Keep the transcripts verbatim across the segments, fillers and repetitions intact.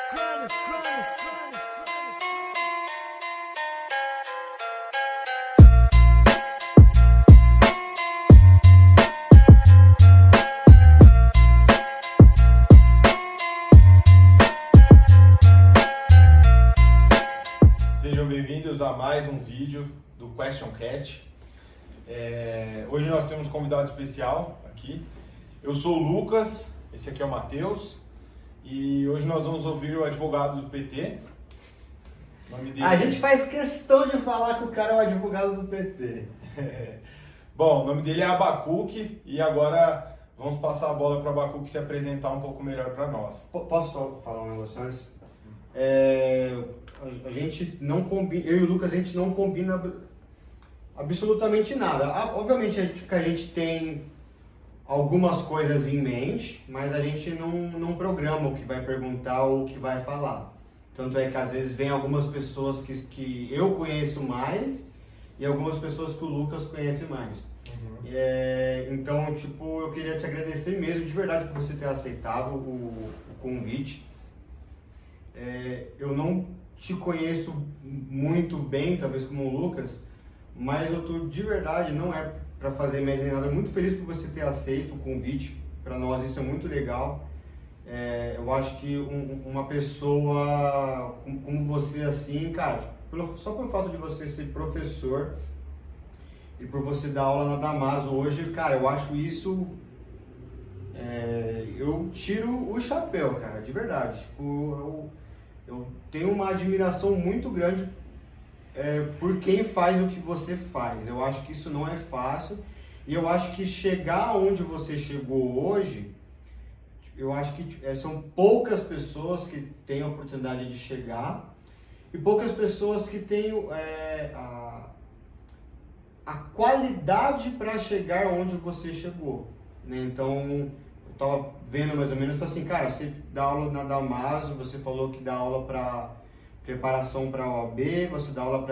Sejam bem-vindos a mais um vídeo do QuestionCast. É, hoje nós temos um convidado especial aqui. Eu sou o Lucas, esse aqui é o Matheus, e hoje nós vamos ouvir o advogado do P T. O nome dele... A gente faz questão de falar que o cara é o advogado do P T. É. Bom, o nome dele é Abacuque e agora vamos passar a bola para o Abacuque se apresentar um pouco melhor para nós. P- posso só falar um negócio antes? É, a, a gente não combina, eu e o Lucas, a gente não combina absolutamente nada. Ah, obviamente a gente, a gente tem algumas coisas em mente, mas a gente não, não programa o que vai perguntar ou o que vai falar. Tanto é que às vezes vem algumas pessoas que, que eu conheço mais e algumas pessoas que o Lucas conhece mais. Uhum. É, então, tipo, eu queria te agradecer mesmo, de verdade, por você ter aceitado o, o convite. É, eu não te conheço muito bem, talvez como o Lucas, mas eu tô de verdade, não é para fazer mais nem nada, muito feliz por você ter aceito o convite. Para nós isso é muito legal. É, eu acho que um, uma pessoa como você assim, cara, pelo, só pelo fato de você ser professor e por você dar aula na Damaso hoje, cara, eu acho isso, é, eu tiro o chapéu, cara, de verdade. Tipo, eu, eu tenho uma admiração muito grande é, por quem faz o que você faz. Eu acho que isso não é fácil e eu acho que chegar onde você chegou hoje, eu acho que é, são poucas pessoas que têm a oportunidade de chegar e poucas pessoas que têm é, a, a qualidade para chegar onde você chegou, né? Então, eu estava vendo mais ou menos assim, cara, você dá aula na Damaso, você falou que dá aula para preparação para O A B, você dá aula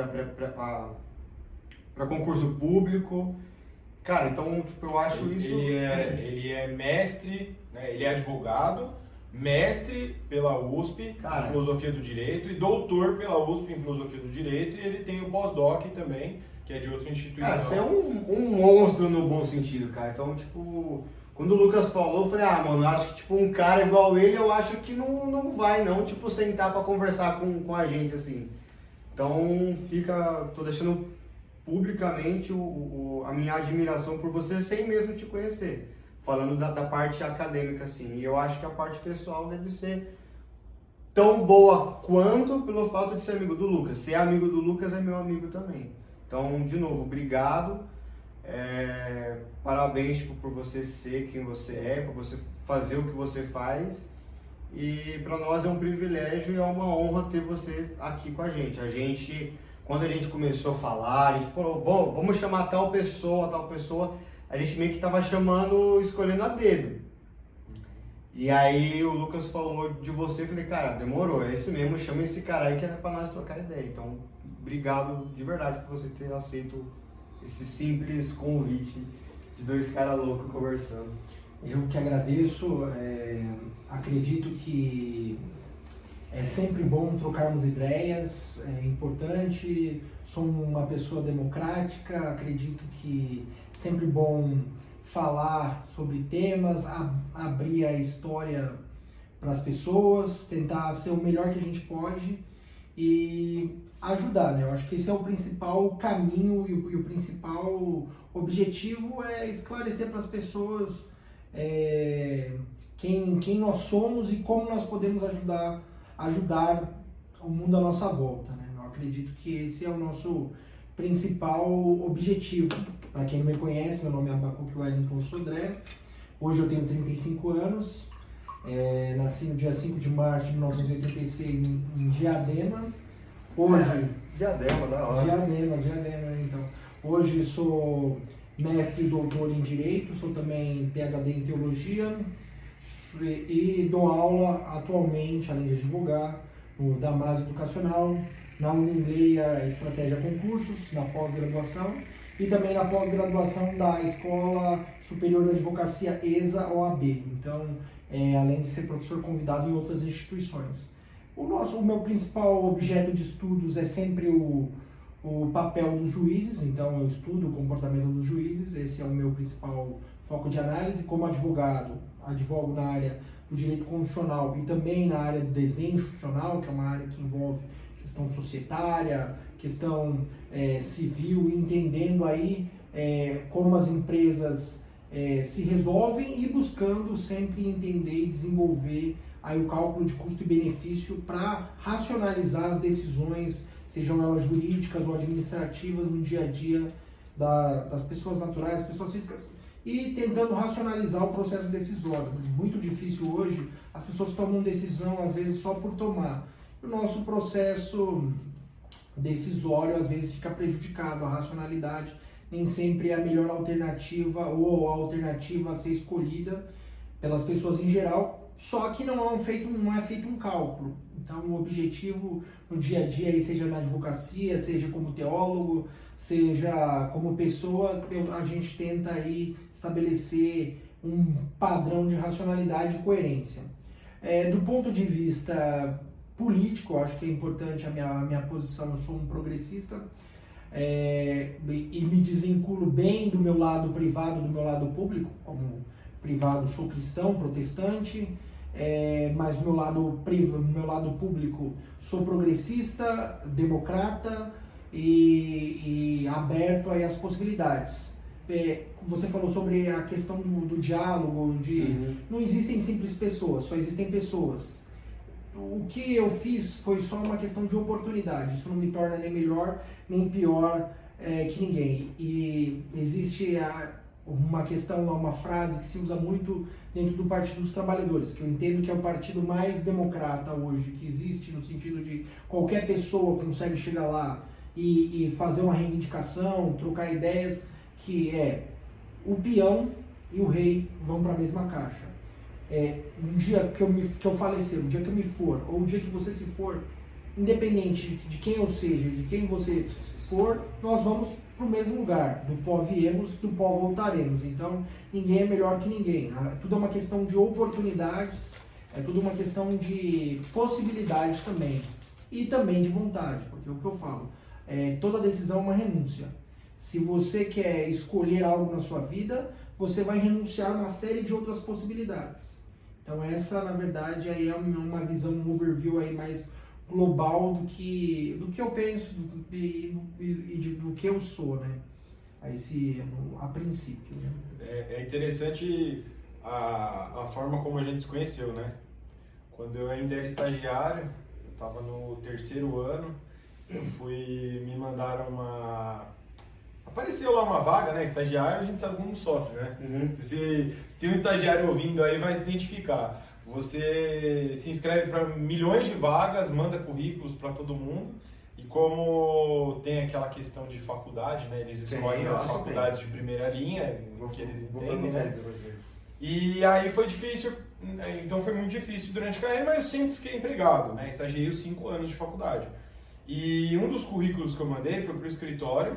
para concurso público. Cara, então, tipo, eu acho ele, isso... Ele é, ele é mestre, né? Ele é advogado, mestre pela U S P Cara, em Filosofia do Direito e doutor pela U S P em Filosofia do Direito, e ele tem o pós-doc também, que é de outra instituição. Cara, você é um, um monstro no bom sentido, cara. Então, tipo, quando o Lucas falou, eu falei, ah, mano, eu acho que, tipo, um cara igual ele, eu acho que não, não vai, não, tipo, sentar pra conversar com, com a gente, assim. Então, fica, tô deixando publicamente o, o, a minha admiração por você, sem mesmo te conhecer. Falando da, da parte acadêmica, assim. E eu acho que a parte pessoal deve ser tão boa quanto pelo fato de ser amigo do Lucas. Ser amigo do Lucas é meu amigo também. Então, de novo, obrigado. É, parabéns, tipo, por você ser quem você é, por você fazer o que você faz. E para nós é um privilégio e é uma honra ter você aqui com a gente. A gente, quando a gente começou a falar, a gente falou, bom, vamos chamar tal pessoa, tal pessoa, a gente meio que tava chamando, escolhendo a dedo. E aí o Lucas falou de você, eu falei, cara, demorou, é isso mesmo, chama esse cara aí que é pra nós trocar ideia. Então, obrigado de verdade por você ter aceito esse simples convite de dois caras loucos conversando. Eu que agradeço, é, acredito que é sempre bom trocarmos ideias, é importante, sou uma pessoa democrática, acredito que é sempre bom falar sobre temas, ab- abrir a história para as pessoas, tentar ser o melhor que a gente pode e ajudar, né? Eu acho que esse é o principal caminho e o, e o principal objetivo é esclarecer para as pessoas é, quem, quem nós somos e como nós podemos ajudar, ajudar o mundo à nossa volta, né? Eu acredito que esse é o nosso principal objetivo. Para quem não me conhece, meu nome é Abacuque Wellington Sodré, hoje eu tenho trinta e cinco anos, é, nasci no dia cinco de março de mil novecentos e oitenta e seis em, em Diadema. Hoje, Diadema, da hora. Diadema, Diadema, então. Hoje sou mestre e doutor em Direito, sou também P H D em Teologia e dou aula atualmente, além de advogar, no Damaso Educacional, na Uningleia Estratégia Concursos, na pós-graduação, e também na pós-graduação da Escola Superior de Advocacia E S A O A B. Então, é, além de ser professor convidado em outras instituições. O, nosso, o meu principal objeto de estudos é sempre o, o papel dos juízes, então eu estudo o comportamento dos juízes, esse é o meu principal foco de análise. Como advogado, advogo na área do direito constitucional e também na área do desenho institucional, que é uma área que envolve questão societária, questão é, civil, entendendo aí é, como as empresas é, se resolvem e buscando sempre entender e desenvolver aí o cálculo de custo e benefício para racionalizar as decisões, sejam elas jurídicas ou administrativas, no dia a dia da, das pessoas naturais, das pessoas físicas, e tentando racionalizar o processo decisório. Muito difícil hoje, as pessoas tomam decisão às vezes só por tomar. O nosso processo decisório às vezes fica prejudicado, a racionalidade nem sempre é a melhor alternativa ou a alternativa a ser escolhida pelas pessoas em geral. Só que não é, um feito, não é feito um cálculo. Então, o objetivo no dia a dia, aí, seja na advocacia, seja como teólogo, seja como pessoa, eu, a gente tenta aí estabelecer um padrão de racionalidade e coerência. É, do ponto de vista político, acho que é importante a minha, a minha posição, eu sou um progressista, é, e me desvinculo bem do meu lado privado, do meu lado público, como privado sou cristão, protestante, é, mas no meu lado, no meu lado público sou progressista, democrata e, e aberto aí às possibilidades. É, você falou sobre a questão do, do diálogo, de uhum. Não existem simples pessoas, só existem pessoas. O que eu fiz foi só uma questão de oportunidade, isso não me torna nem melhor nem pior é, que ninguém. E existe a uma questão, uma frase que se usa muito dentro do Partido dos Trabalhadores, que eu entendo que é o partido mais democrata hoje que existe, no sentido de qualquer pessoa consegue chegar lá e, e fazer uma reivindicação, trocar ideias, que é o peão e o rei vão para a mesma caixa. É, um dia que eu, me, que eu falecer, um dia que eu me for, ou um dia que você se for, independente de, de quem eu seja, de quem você for, nós vamos para o mesmo lugar. Do pó viemos, do pó voltaremos. Então, ninguém é melhor que ninguém. Tudo é uma questão de oportunidades, é tudo uma questão de possibilidades também. E também de vontade, porque é o que eu falo, é, toda decisão é uma renúncia. Se você quer escolher algo na sua vida, você vai renunciar a uma série de outras possibilidades. Então, essa, na verdade, aí é uma visão, um overview aí mais global do que, do que eu penso do, e, e, e do que eu sou, né? Aí, se, a princípio. Né? É, é interessante a, a forma como a gente se conheceu, né? Quando eu ainda era estagiário, eu estava no terceiro ano, eu fui, me mandaram uma... Apareceu lá uma vaga, né? Estagiário, a gente sabe como sofre, né? Uhum. Se, se tem um estagiário ouvindo aí, vai se identificar. Você se inscreve para milhões de vagas, manda currículos para todo mundo. E como tem aquela questão de faculdade, né? Eles escolhem as faculdades de primeira linha, o que eles entendem, né? E aí foi difícil, então foi muito difícil durante a carreira, mas eu sempre fiquei empregado, né? Estagiei os cinco anos de faculdade. E um dos currículos que eu mandei foi para o escritório,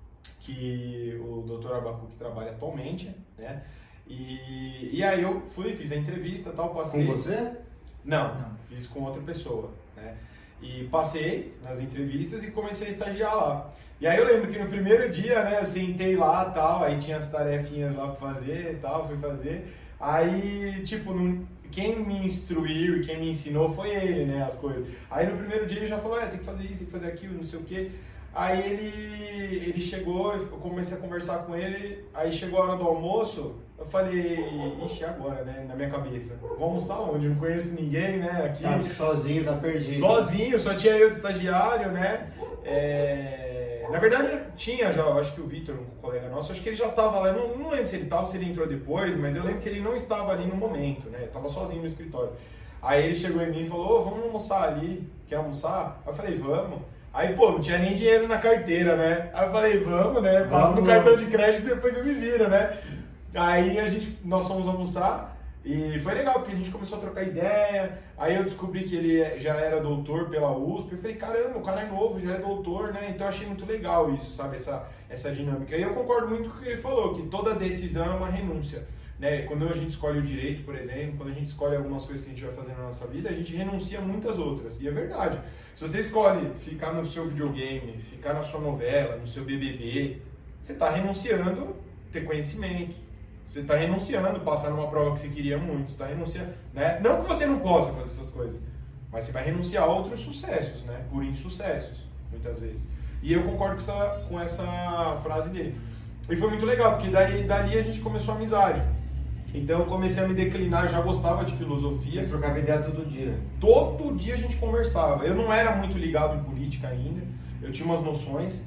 que o doutor Abacuque trabalha atualmente, né? E, e aí eu fui, fiz a entrevista, tal, passei... Com você? Não, não, fiz com outra pessoa, né? E passei nas entrevistas e comecei a estagiar lá. E aí eu lembro que no primeiro dia, né, eu sentei lá, tal, aí tinha as tarefinhas lá pra fazer, tal, fui fazer. Aí, tipo, não, quem me instruiu e quem me ensinou foi ele, né, as coisas. Aí no primeiro dia ele já falou, é, tem que fazer isso, tem que fazer aquilo, não sei o quê. Aí ele, ele chegou, eu comecei a conversar com ele, aí chegou a hora do almoço, eu falei, ixi, agora, né, na minha cabeça, vou almoçar onde? Eu não conheço ninguém, né, aqui. Tá sozinho, tá perdido. Sozinho, só tinha eu de estagiário, né, é... na verdade tinha já, acho que o Vitor, um colega nosso, acho que ele já estava lá, eu não, não lembro se ele estava, se ele entrou depois, mas eu lembro que ele não estava ali no momento, né, estava sozinho no escritório. Aí ele chegou em mim e falou, ô, vamos almoçar ali, quer almoçar? Aí eu falei, vamos. Aí, pô, não tinha nem dinheiro na carteira, né? Aí eu falei, vamos, né? Passo no cartão de crédito e depois eu me viro, né? Aí a gente, nós fomos almoçar e foi legal, porque a gente começou a trocar ideia. Aí eu descobri que ele já era doutor pela U S P. Eu falei, caramba, o cara é novo, já é doutor, né? Então eu achei muito legal isso, sabe? Essa, essa dinâmica. E eu concordo muito com o que ele falou, que toda decisão é uma renúncia. né? Quando a gente escolhe o direito, por exemplo, quando a gente escolhe algumas coisas que a gente vai fazer na nossa vida, a gente renuncia a muitas outras. E é verdade. Se você escolhe ficar no seu videogame, ficar na sua novela, no seu B B B, você está renunciando a ter conhecimento. Você está renunciando a passar numa prova que você queria muito. Você está renunciando, né? Não que você não possa fazer essas coisas, mas você vai renunciar a outros sucessos, né? Por insucessos, muitas vezes. E eu concordo com essa, com essa frase dele. E foi muito legal, porque dali, dali a gente começou a amizade. Então eu comecei a me declinar, já gostava de filosofia. Você trocava ideia todo dia? Todo dia a gente conversava. Eu não era muito ligado em política ainda, eu tinha umas noções,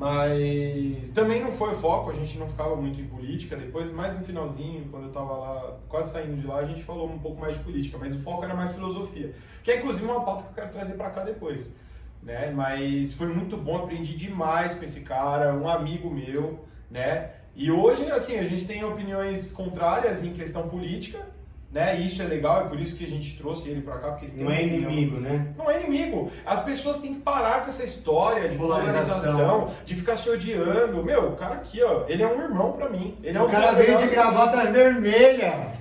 mas também não foi o foco, a gente não ficava muito em política. Depois, mais no finalzinho, quando eu estava lá, quase saindo de lá, a gente falou um pouco mais de política, mas o foco era mais filosofia, que é inclusive uma pauta que eu quero trazer para cá depois, né? Mas foi muito bom, aprendi demais com esse cara, um amigo meu, né? E hoje, assim, a gente tem opiniões contrárias em questão política, né? E isso é legal, é por isso que a gente trouxe ele pra cá, porque ele tem não é opinião. inimigo, né? Não é inimigo. As pessoas têm que parar com essa história de polarização, polarização, de ficar se odiando. Meu, o cara aqui, ó, ele é um irmão pra mim. Ele é um o cara veio de gravata vermelha.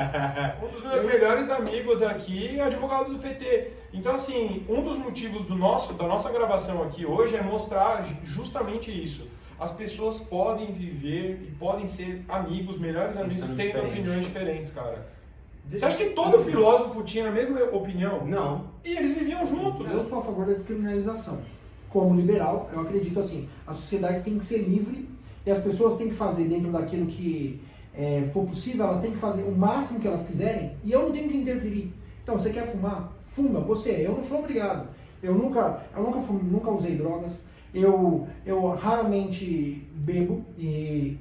Um dos meus melhores amigos aqui é advogado do P T. Então, assim, um dos motivos do nosso, da nossa gravação aqui hoje é mostrar justamente isso. As pessoas podem viver e podem ser amigos, melhores amigos, tendo diferente. opiniões diferentes, cara. Você acha que todo filósofo tinha a mesma opinião? Não. E eles viviam juntos. Eu sou a favor da descriminalização. Como liberal, eu acredito assim, a sociedade tem que ser livre e as pessoas têm que fazer dentro daquilo que é, for possível, elas têm que fazer o máximo que elas quiserem e eu não tenho que interferir. Então, você quer fumar? Fuma, você. Eu não sou obrigado. Eu nunca, eu nunca, fumo, nunca usei drogas. Eu, eu raramente bebo e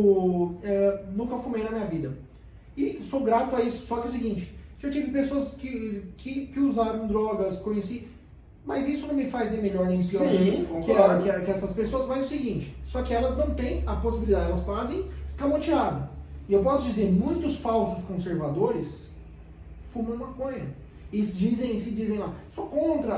eu é, nunca fumei na minha vida. E sou grato a isso, só que é o seguinte, já tive pessoas que, que, que usaram drogas, conheci, mas isso não me faz nem melhor nem pior Sim, que, que, que essas pessoas, mas é o seguinte, só que elas não têm a possibilidade, elas fazem escamoteada. E eu posso dizer, muitos falsos conservadores fumam maconha. E dizem, se dizem lá, sou contra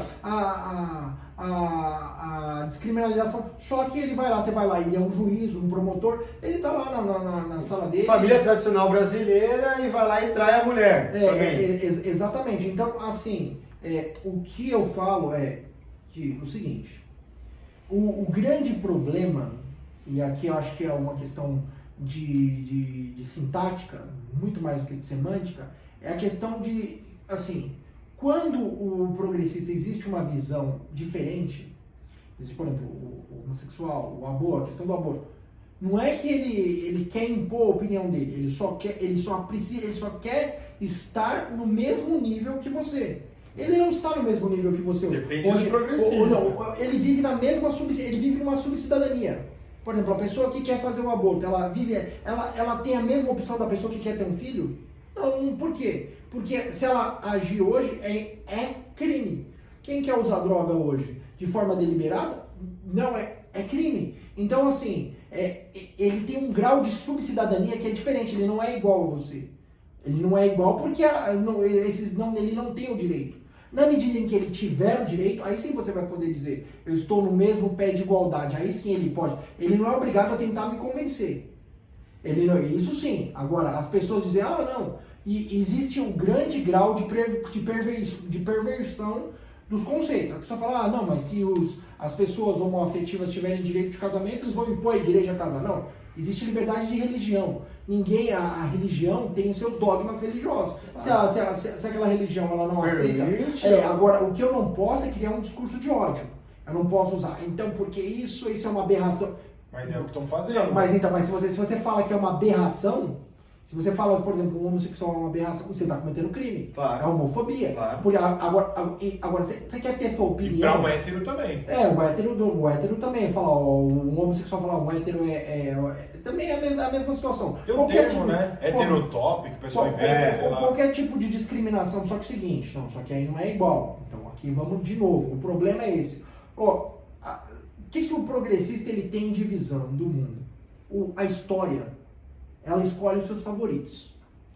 a, a, a, a descriminalização, só que ele vai lá, você vai lá, ele é um juiz, um promotor, ele tá lá na, na, na sala dele. Família tradicional brasileira e vai lá e trai a mulher. É, é, é, exatamente. Então, assim, é, o que eu falo é que o seguinte, o, o grande problema, e aqui eu acho que é uma questão de, de, de sintática, muito mais do que de semântica, é a questão de, assim, quando o progressista existe uma visão diferente, existe, por exemplo, o, o homossexual, o aborto, a questão do aborto, não é que ele, ele quer impor a opinião dele, ele só quer, ele só precisa, ele só quer estar no mesmo nível que você. Ele não está no mesmo nível que você hoje. Depende hoje do progressista. ou, ou não, ele vive na mesma sub, ele vive numa subcidadania. Por exemplo, a pessoa que quer fazer um aborto, ela vive, ela, ela tem a mesma opção da pessoa que quer ter um filho? Não, por quê? Porque se ela agir hoje, é, é crime. Quem quer usar droga hoje de forma deliberada, não é, é crime. Então, assim, é, ele tem um grau de subcidadania que é diferente, ele não é igual a você. Ele não é igual porque a, não, esses, não, ele não tem o direito. Na medida em que ele tiver o direito, aí sim você vai poder dizer, eu estou no mesmo pé de igualdade. Aí sim ele pode. Ele não é obrigado a tentar me convencer. Ele não, isso sim. Agora, as pessoas dizem, ah, não... E existe um grande grau de, de, pervers, de perversão dos conceitos. A pessoa fala, ah, não, mas se os, as pessoas homoafetivas tiverem direito de casamento, eles vão impor a igreja a casar. Não, existe liberdade de religião. Ninguém, a, a religião tem os seus dogmas religiosos. Ah. Se, a, se, a, se, se aquela religião ela não aceita... É, agora, o que eu não posso é criar um discurso de ódio. Eu não posso usar, então, porque isso, isso é uma aberração. Mas é o que estão fazendo. Não, mas então, mas se você, se você fala que é uma aberração... Se você fala, por exemplo, um homossexual é uma aberração, você está cometendo crime. Claro. É homofobia. Claro. Porque agora, agora você, você quer ter a tua opinião. E para um hétero também. É, o hétero, o hétero também. Fala, ó, um homossexual falar um hétero é, é, é também é a mesma, a mesma situação. Tem um qualquer termo, tipo, né? Heterotópico, o pessoal inventa, é, sei lá. Qualquer tipo de discriminação, só que é o seguinte, não, só que aí não é igual. Então aqui vamos de novo. O problema é esse. Ó, o que, que o progressista ele tem de visão do mundo? O, a história. Ela escolhe os seus favoritos.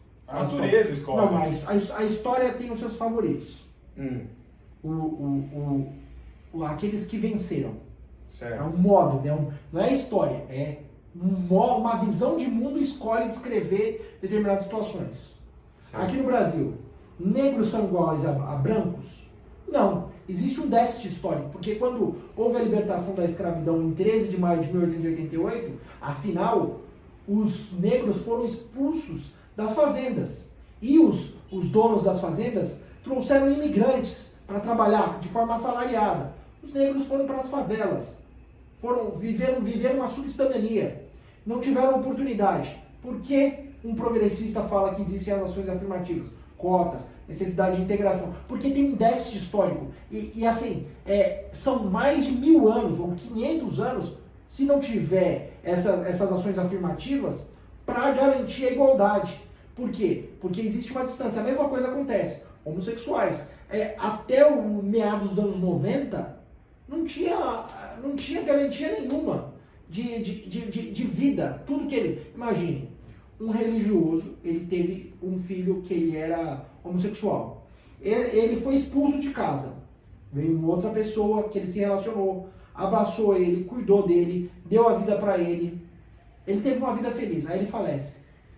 A natureza escolhe. Não, mas a, a história tem os seus favoritos. Hum. O, o, o, o, aqueles que venceram. Certo. É um modo, né? um, não é a história, é uma visão de mundo escolhe descrever determinadas situações. Certo. Aqui no Brasil, negros são iguais a, a brancos? Não. Existe um déficit histórico, porque quando houve a libertação da escravidão em treze de maio de mil oitocentos e oitenta e oito, afinal, os negros foram expulsos das fazendas. E os, os donos das fazendas trouxeram imigrantes para trabalhar de forma assalariada. Os negros foram para as favelas, foram, viveram, viveram uma subcidadania, não tiveram oportunidade. Por que um progressista fala que existem as ações afirmativas? Cotas, necessidade de integração, porque tem um déficit histórico. E, e assim, é, são mais de mil anos, ou quinhentos anos, se não tiver essa, essas ações afirmativas, para garantir a igualdade. Por quê? Porque existe uma distância. A mesma coisa acontece. Homossexuais. É, até o meados dos anos noventa, não tinha, não tinha garantia nenhuma de, de, de, de, de vida. Tudo que ele... Imagine, um religioso, ele teve um filho que ele era homossexual. Ele, ele foi expulso de casa. Veio uma outra pessoa que ele se relacionou, abraçou ele, cuidou dele, deu a vida para ele. Ele teve uma vida feliz, aí ele falece.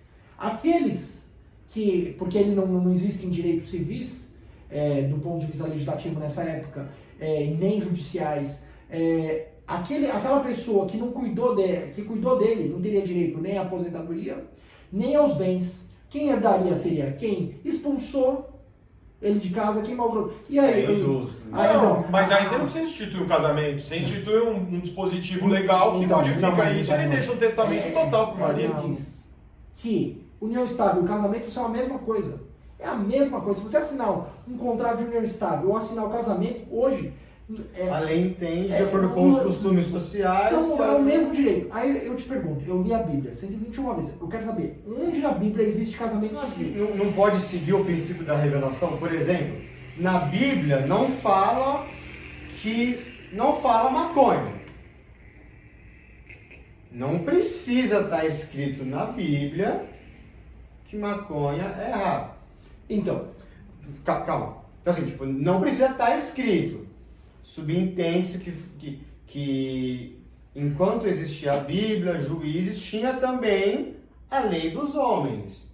Aqueles que, porque ele não, não existem direitos civis, é, do ponto de vista legislativo nessa época, é, nem judiciais, é, aquele, aquela pessoa que não cuidou, de, que cuidou dele não teria direito nem à aposentadoria, nem aos bens. Quem herdaria seria quem expulsou ele de casa, quem maltratou. E aí? É injusto. Aí, não, então, mas aí você não precisa instituir um casamento, você institui um, um dispositivo legal que então, modifica não, isso e não, ele não. deixa um testamento É, total pro marido. Ele diz que união estável e casamento são a mesma coisa. É a mesma coisa. Se você assinar um contrato de união estável ou assinar o casamento, hoje... É, a lei entende de é, acordo com os os- costumes sociais. São que é o mesmo direito. Aí eu te pergunto, eu li a Bíblia cento e vinte e uma vezes. Eu quero saber, onde na Bíblia existe casamento civil? Não, não pode seguir o princípio da revelação. Por exemplo, na Bíblia não fala que não fala maconha. Não precisa estar escrito na Bíblia que maconha é errado. Então, Ca- Calma. Então assim, tipo, não precisa estar escrito. Subentende-se que, que, que enquanto existia a Bíblia, juízes, tinha também a lei dos homens.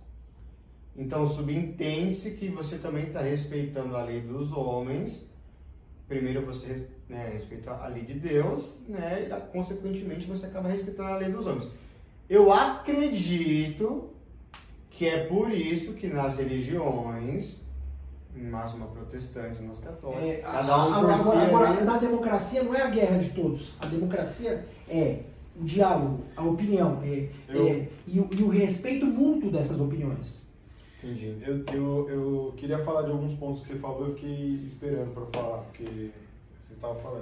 Então subentende-se que você também está respeitando a lei dos homens. Primeiro você, né, respeita a lei de Deus, né, e consequentemente você acaba respeitando a lei dos homens. Eu acredito que é por isso que nas religiões, em máxima protestantes, nas católicas, é, cada um a- por agora, si, agora, né? na democracia não é a guerra de todos. A democracia é o diálogo, a opinião é, Eu- é, e, o, e o respeito mútuo dessas opiniões. Entendi. Eu, eu, eu queria falar de alguns pontos que você falou, eu fiquei esperando para falar, porque você estava falando.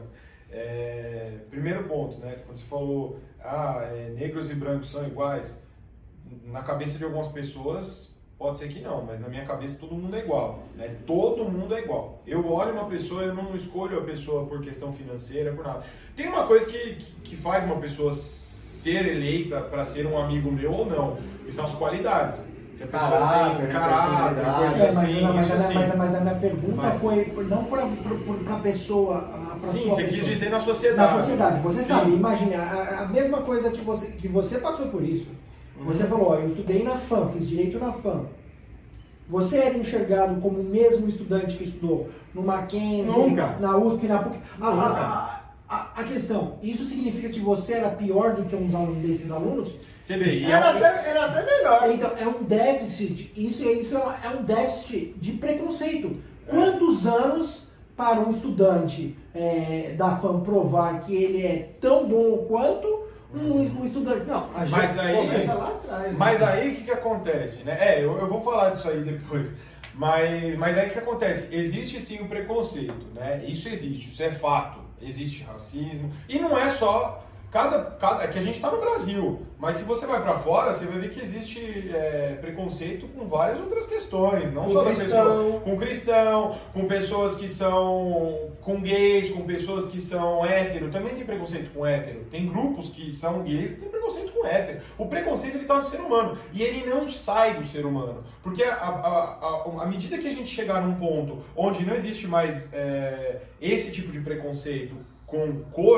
É, primeiro ponto, né? Quando você falou, ah, é, negros e brancos são iguais, na cabeça de algumas pessoas pode ser que não, mas na minha cabeça todo mundo é igual, né? Todo mundo é igual. Eu olho uma pessoa, eu não escolho a pessoa por questão financeira, por nada. Tem uma coisa que, que, que faz uma pessoa ser eleita para ser um amigo meu ou não, que são as qualidades. Se a pessoa Caráter, tem né, caráter, personalidade. coisa É, mas, assim, não, mas, isso a minha- sim. mas, mas a minha pergunta Mas- foi não para a pessoa. a- pra Sim, sua você quis pessoa. dizer na sociedade. Na sociedade. Você Sim. sabe, imagine, a, a mesma coisa que você, que você passou por isso. Uhum. Você falou, ó, eu estudei na F A M, fiz direito na F A M. Você era enxergado como o mesmo estudante que estudou no Mackenzie, Nunca. na U S P, na P U C. A, Nunca. a, a, a questão, isso significa que você era pior do que uns alunos desses alunos? Você vê, e é Era um- até, era até melhor. Então, é um déficit, isso, é- isso é um déficit de preconceito. Quantos anos para um estudante é, da F A M provar que ele é tão bom quanto um, um estudante? Não, a gente Mas aí- começa lá atrás. Mas né? aí o que, que acontece, né? É, eu, eu vou falar disso aí depois. Mas, mas aí o que acontece? Existe sim o preconceito, né? Isso existe, isso é fato. Existe racismo. E não é só. Cada, cada, é que a gente está no Brasil, mas se você vai para fora, você vai ver que existe é, preconceito com várias outras questões, não Com só da cristão. pessoa, com cristão, com pessoas que são, com gays, com pessoas que são hétero, também tem preconceito com hétero, tem grupos que são gays e tem preconceito com hétero. O preconceito ele está no ser humano e ele não sai do ser humano, porque a, a, a, a medida que a gente chegar num ponto onde não existe mais é, esse tipo de preconceito com cor,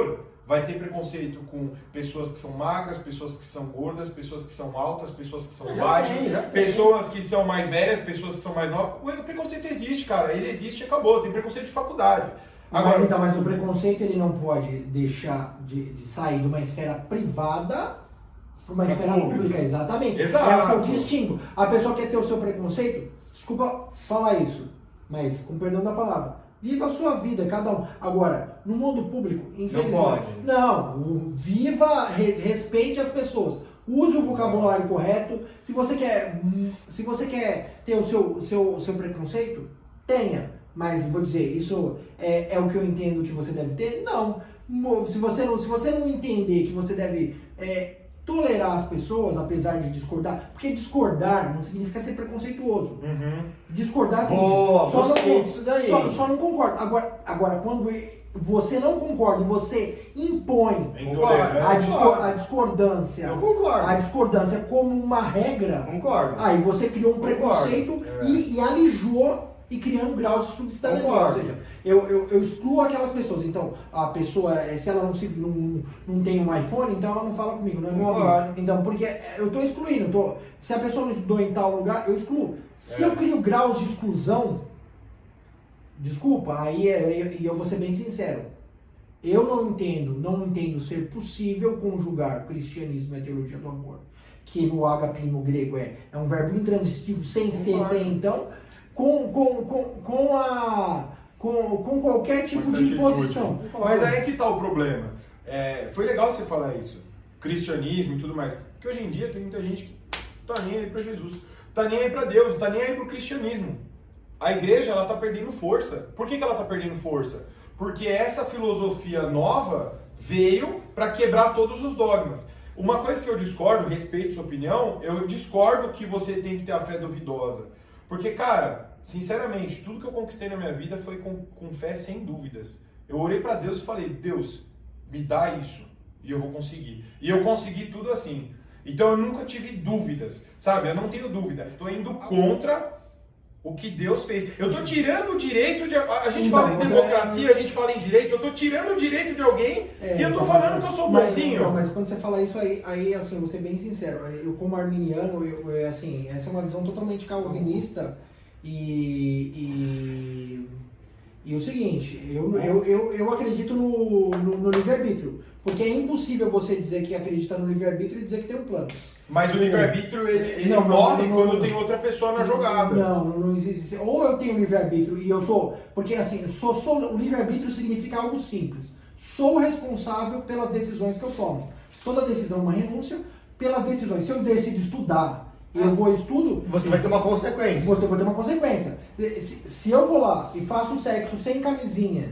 vai ter preconceito com pessoas que são magras, pessoas que são gordas, pessoas que são altas, pessoas que são baixas, pessoas que são mais velhas, pessoas que são mais novas. O preconceito existe, cara, ele existe e acabou, tem preconceito de faculdade. Agora, mas, então, mas o preconceito ele não pode deixar de, de sair de uma esfera privada para uma esfera pública, pública. Exatamente. Exato. É o que eu distingo. A pessoa quer ter o seu preconceito, desculpa falar isso, mas com perdão da palavra. Viva a sua vida, cada um. Agora, no mundo público, infelizmente... Não pode. Não, viva, re, respeite as pessoas. Use o vocabulário correto. Se você quer, se você quer ter o seu, seu, seu preconceito, tenha. Mas, vou dizer, isso é, é o que eu entendo que você deve ter? Não. Se você não, se você não entender que você deve... É, tolerar as pessoas, apesar de discordar, porque discordar não significa ser preconceituoso. Uhum. Discordar assim, oh, só, não, isso daí. Só, só não concorda. Agora, agora, quando você não concorda e você impõe a, discor, a discordância, eu concordo. a discordância como uma regra, concordo. Aí você criou um preconceito e, e alijou e criando graus de subcidadania. Ou seja, eu, eu, eu excluo aquelas pessoas. Então, a pessoa, se ela não, se, não, não tem um iPhone, então ela não fala comigo, não é meu amigo. Então, porque eu estou excluindo. Eu tô, se a pessoa não estudou em tal lugar, eu excluo. Se é. eu crio graus de exclusão, desculpa, aí é, e eu vou ser bem sincero, eu não entendo, não entendo ser possível conjugar cristianismo e a teologia do amor, que no ágape no grego é, é um verbo intransitivo, sem ser, sem então, Com, com, com, com, a, com, com qualquer tipo de imposição. Mas aí é que tá o problema. É, foi legal você falar isso. Cristianismo e tudo mais. Porque hoje em dia tem muita gente que tá nem aí pra Jesus. Tá nem aí pra Deus, tá nem aí pro cristianismo. A igreja, ela tá perdendo força. Por que que ela tá perdendo força? Porque essa filosofia nova veio para quebrar todos os dogmas. Uma coisa que eu discordo, respeito sua opinião, eu discordo que você tem que ter a fé duvidosa. Porque, cara, sinceramente, tudo que eu conquistei na minha vida foi com, com fé sem dúvidas. Eu orei para Deus e falei, Deus, me dá isso e eu vou conseguir. E eu consegui tudo assim. Então eu nunca tive dúvidas, sabe? Eu não tenho dúvida. Estou indo contra o que Deus fez. Eu estou tirando o direito de... A gente então, fala em democracia, é... a gente fala em direito. Eu estou tirando o direito de alguém é, e eu estou falando mas, que eu sou bonzinho. Mas, mas quando você fala isso aí, aí, assim, vou ser bem sincero. Eu, como arminiano, eu, eu, assim, essa é uma visão totalmente calvinista. E... e... E o seguinte, eu, eu, eu, eu acredito no, no, no livre-arbítrio, porque é impossível você dizer que acredita no livre-arbítrio e dizer que tem um plano. Mas o livre-arbítrio, ele, ele não, morre não, não, quando não, tem outra pessoa na jogada. Não, não existe. Ou eu tenho livre-arbítrio e eu sou... Porque assim, sou, sou, o livre-arbítrio significa algo simples. Sou responsável pelas decisões que eu tomo. Se toda decisão é uma renúncia, pelas decisões. Se eu decido estudar, eu vou estudo... Você vai ter uma consequência. Vou ter, vou ter uma consequência. Se, se eu vou lá e faço sexo sem camisinha,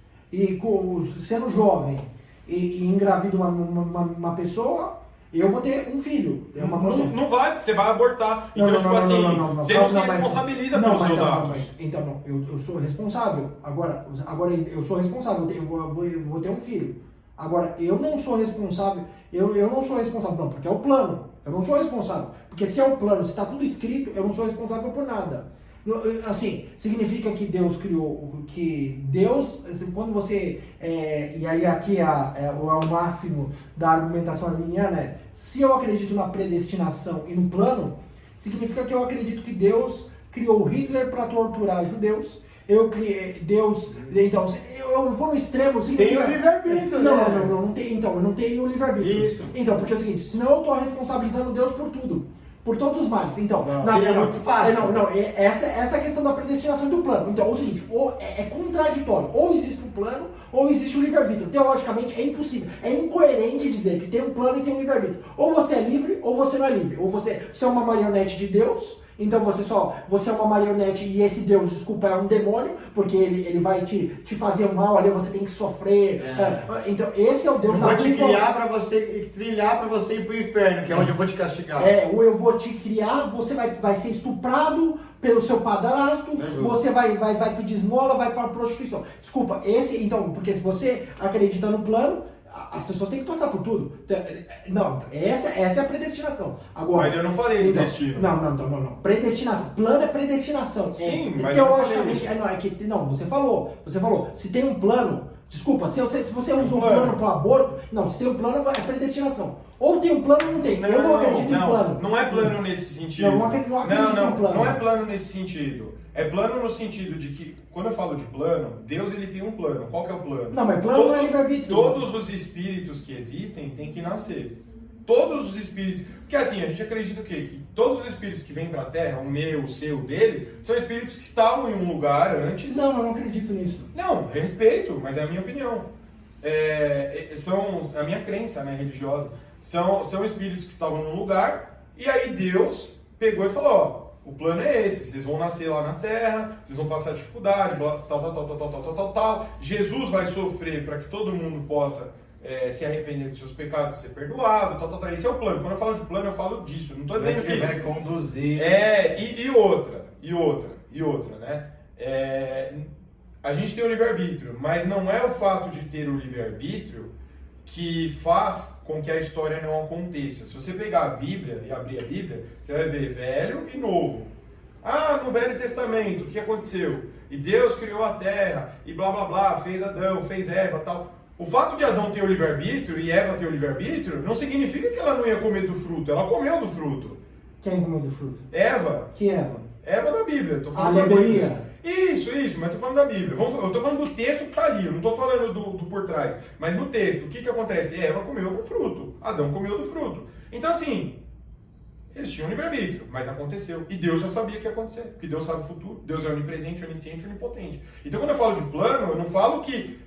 e com, sendo jovem, e, e engravido uma, uma, uma pessoa, eu vou ter um filho. É uma não, não vai, você vai abortar. Então, não, tipo não, assim, não, não, não, você não, não se responsabiliza pelos seus atos. Mas, então, não, eu, eu sou responsável. Agora, agora eu sou responsável, eu vou, eu vou, eu vou ter um filho. Agora, eu não sou responsável, eu, eu não sou responsável, não, porque é o plano. Eu não sou responsável. Porque se é o plano, se está tudo escrito, eu não sou responsável por nada. Assim, significa que Deus criou, que Deus, quando você, é, e aí aqui é, é, é o máximo da argumentação arminiana, é, se eu acredito na predestinação e no plano, significa que eu acredito que Deus criou Hitler para torturar judeus. Eu criei, Deus, então, eu vou no extremo, significa... Tem o livre-arbítrio, não, né? Não, não, não, não tem, então, eu não tenho o livre-arbítrio. Isso. Então, porque é o seguinte, senão eu estou responsabilizando Deus por tudo, por todos os males. Então, não, na, seria não, muito fácil. Não, não, essa, essa é a questão da predestinação do plano. Então, é o seguinte, ou é, é contraditório, ou existe um plano, ou existe o livre-arbítrio. Teologicamente, é impossível, é incoerente dizer que tem um plano e tem um livre-arbítrio. Ou você é livre, ou você não é livre. Ou você, você é uma marionete de Deus... Então você só, você é uma marionete e esse Deus, desculpa, é um demônio, porque ele, ele vai te, te fazer mal ali, você tem que sofrer. É. Então esse é o Deus da vida. Eu vou te criar para você, trilhar para você ir pro inferno, que é, é onde eu vou te castigar. É, ou eu vou te criar, você vai, vai ser estuprado pelo seu padrasto, você vai, vai, vai pedir esmola, vai para prostituição. Desculpa, esse, então, porque se você acredita no plano, as pessoas têm que passar por tudo. Não, essa, essa é a predestinação. Agora, mas eu não falei de então, destino. Não, não, não, não, não. Predestinação. Plano é predestinação. Sim, é, mas teologicamente, é, não, é que, não, você falou. Você falou. Se tem um plano, Desculpa, se, você, se você usa um plano. plano para aborto, não, se tem um plano é predestinação. Ou tem um plano ou não tem. Não, eu não acredito não, em plano. Não é plano nesse sentido. Não, não acredito, não acredito não, não, em plano. Não é plano nesse sentido. É plano no sentido de que, quando eu falo de plano, Deus ele tem um plano. Qual que é o plano? Não, mas plano Todo, não é livre-arbítrio. Todos os espíritos que existem têm que nascer. Todos os espíritos. Porque assim, a gente acredita o quê? Que todos os espíritos que vêm para a Terra, o meu, o seu, o dele, são espíritos que estavam em um lugar antes. Não, eu não acredito nisso. Não, respeito, mas é a minha opinião. É, são a minha crença, né, religiosa. São, são espíritos que estavam num lugar e aí Deus pegou e falou, ó, o plano é esse, vocês vão nascer lá na Terra, vocês vão passar dificuldade, tal, tal, tal, tal, tal, tal, tal, tal, tal. Jesus vai sofrer para que todo mundo possa é, se arrepender dos seus pecados, ser perdoado, tal, tal, tal. Esse é o plano. Quando eu falo de plano, eu falo disso. Não estou dizendo que... Ele vai conduzir... É, e, e outra, e outra, e outra, né? É, a gente tem o livre-arbítrio, mas não é o fato de ter o livre-arbítrio que faz com que a história não aconteça. Se você pegar a Bíblia e abrir a Bíblia, você vai ver Velho e Novo. Ah, no Velho Testamento, o que aconteceu? E Deus criou a terra, e blá blá blá, fez Adão, fez Eva, tal. O fato de Adão ter o livre-arbítrio e Eva ter o livre-arbítrio não significa que ela não ia comer do fruto, ela comeu do fruto. Quem comeu do fruto? Eva. Que Eva? Eva da Bíblia. Tô falando Alegoria. Da Bíblia. Isso, isso, mas tô falando da Bíblia. Vamos, eu tô falando do texto que tá ali, eu não tô falando do, do por trás. Mas no texto, o que que acontece? Eva comeu do fruto, Adão comeu do fruto. Então assim, eles tinham livre-arbítrio, mas aconteceu. E Deus já sabia que ia acontecer, porque Deus sabe o futuro. Deus é onipresente, onisciente, onipotente. Então quando eu falo de plano, eu não falo que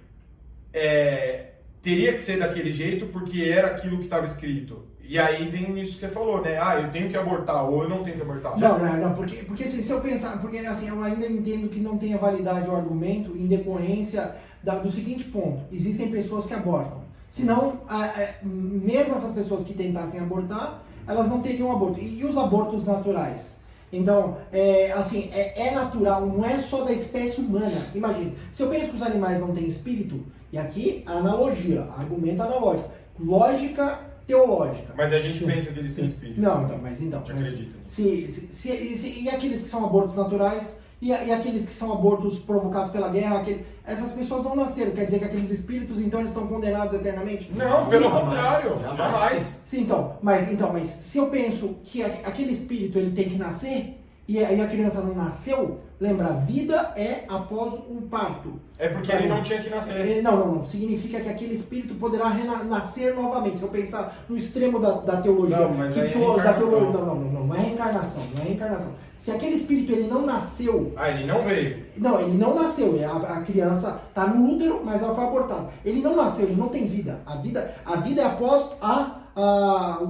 é, teria que ser daquele jeito porque era aquilo que estava escrito. E aí vem nisso que você falou, né? Ah, eu tenho que abortar ou eu não tenho que abortar. Não, não, não, porque, porque se, se eu pensar, porque assim, eu ainda entendo que não tenha validade o argumento em decorrência da, do seguinte ponto, existem pessoas que abortam. Senão, a, a, mesmo essas pessoas que tentassem abortar, elas não teriam aborto. E, e os abortos naturais? Então, é, assim, é, é natural, não é só da espécie humana. Imagina, se eu penso que os animais não têm espírito, e aqui a analogia, argumento analógico, lógica teológica. Mas a gente Sim. pensa que eles têm espírito. Não, então, mas então. Te Mas, acredita. se, se, se, se, e aqueles que são abortos naturais, e, e aqueles que são abortos provocados pela guerra, aquele, essas pessoas não nasceram. Quer dizer que aqueles espíritos, então, eles estão condenados eternamente? Não, Sim, pelo jamais, contrário, jamais. jamais. Sim, então, mas, então, mas se eu penso que aquele espírito ele tem que nascer, e a, e a criança não nasceu, lembra, a vida é após um parto. É porque ele não tinha que nascer. Não, não, não. Significa que aquele espírito poderá renascer novamente. Se eu pensar no extremo da, da teologia. Não, mas que aí é to, da reencarnação. teologia, não, não, não, não, não é reencarnação, não é reencarnação. Se aquele espírito ele não nasceu. Ah, ele não veio. Não, ele não nasceu. A, a criança está no útero, mas ela foi abortada. Ele não nasceu, ele não tem vida. A vida, a vida é após a, a, o,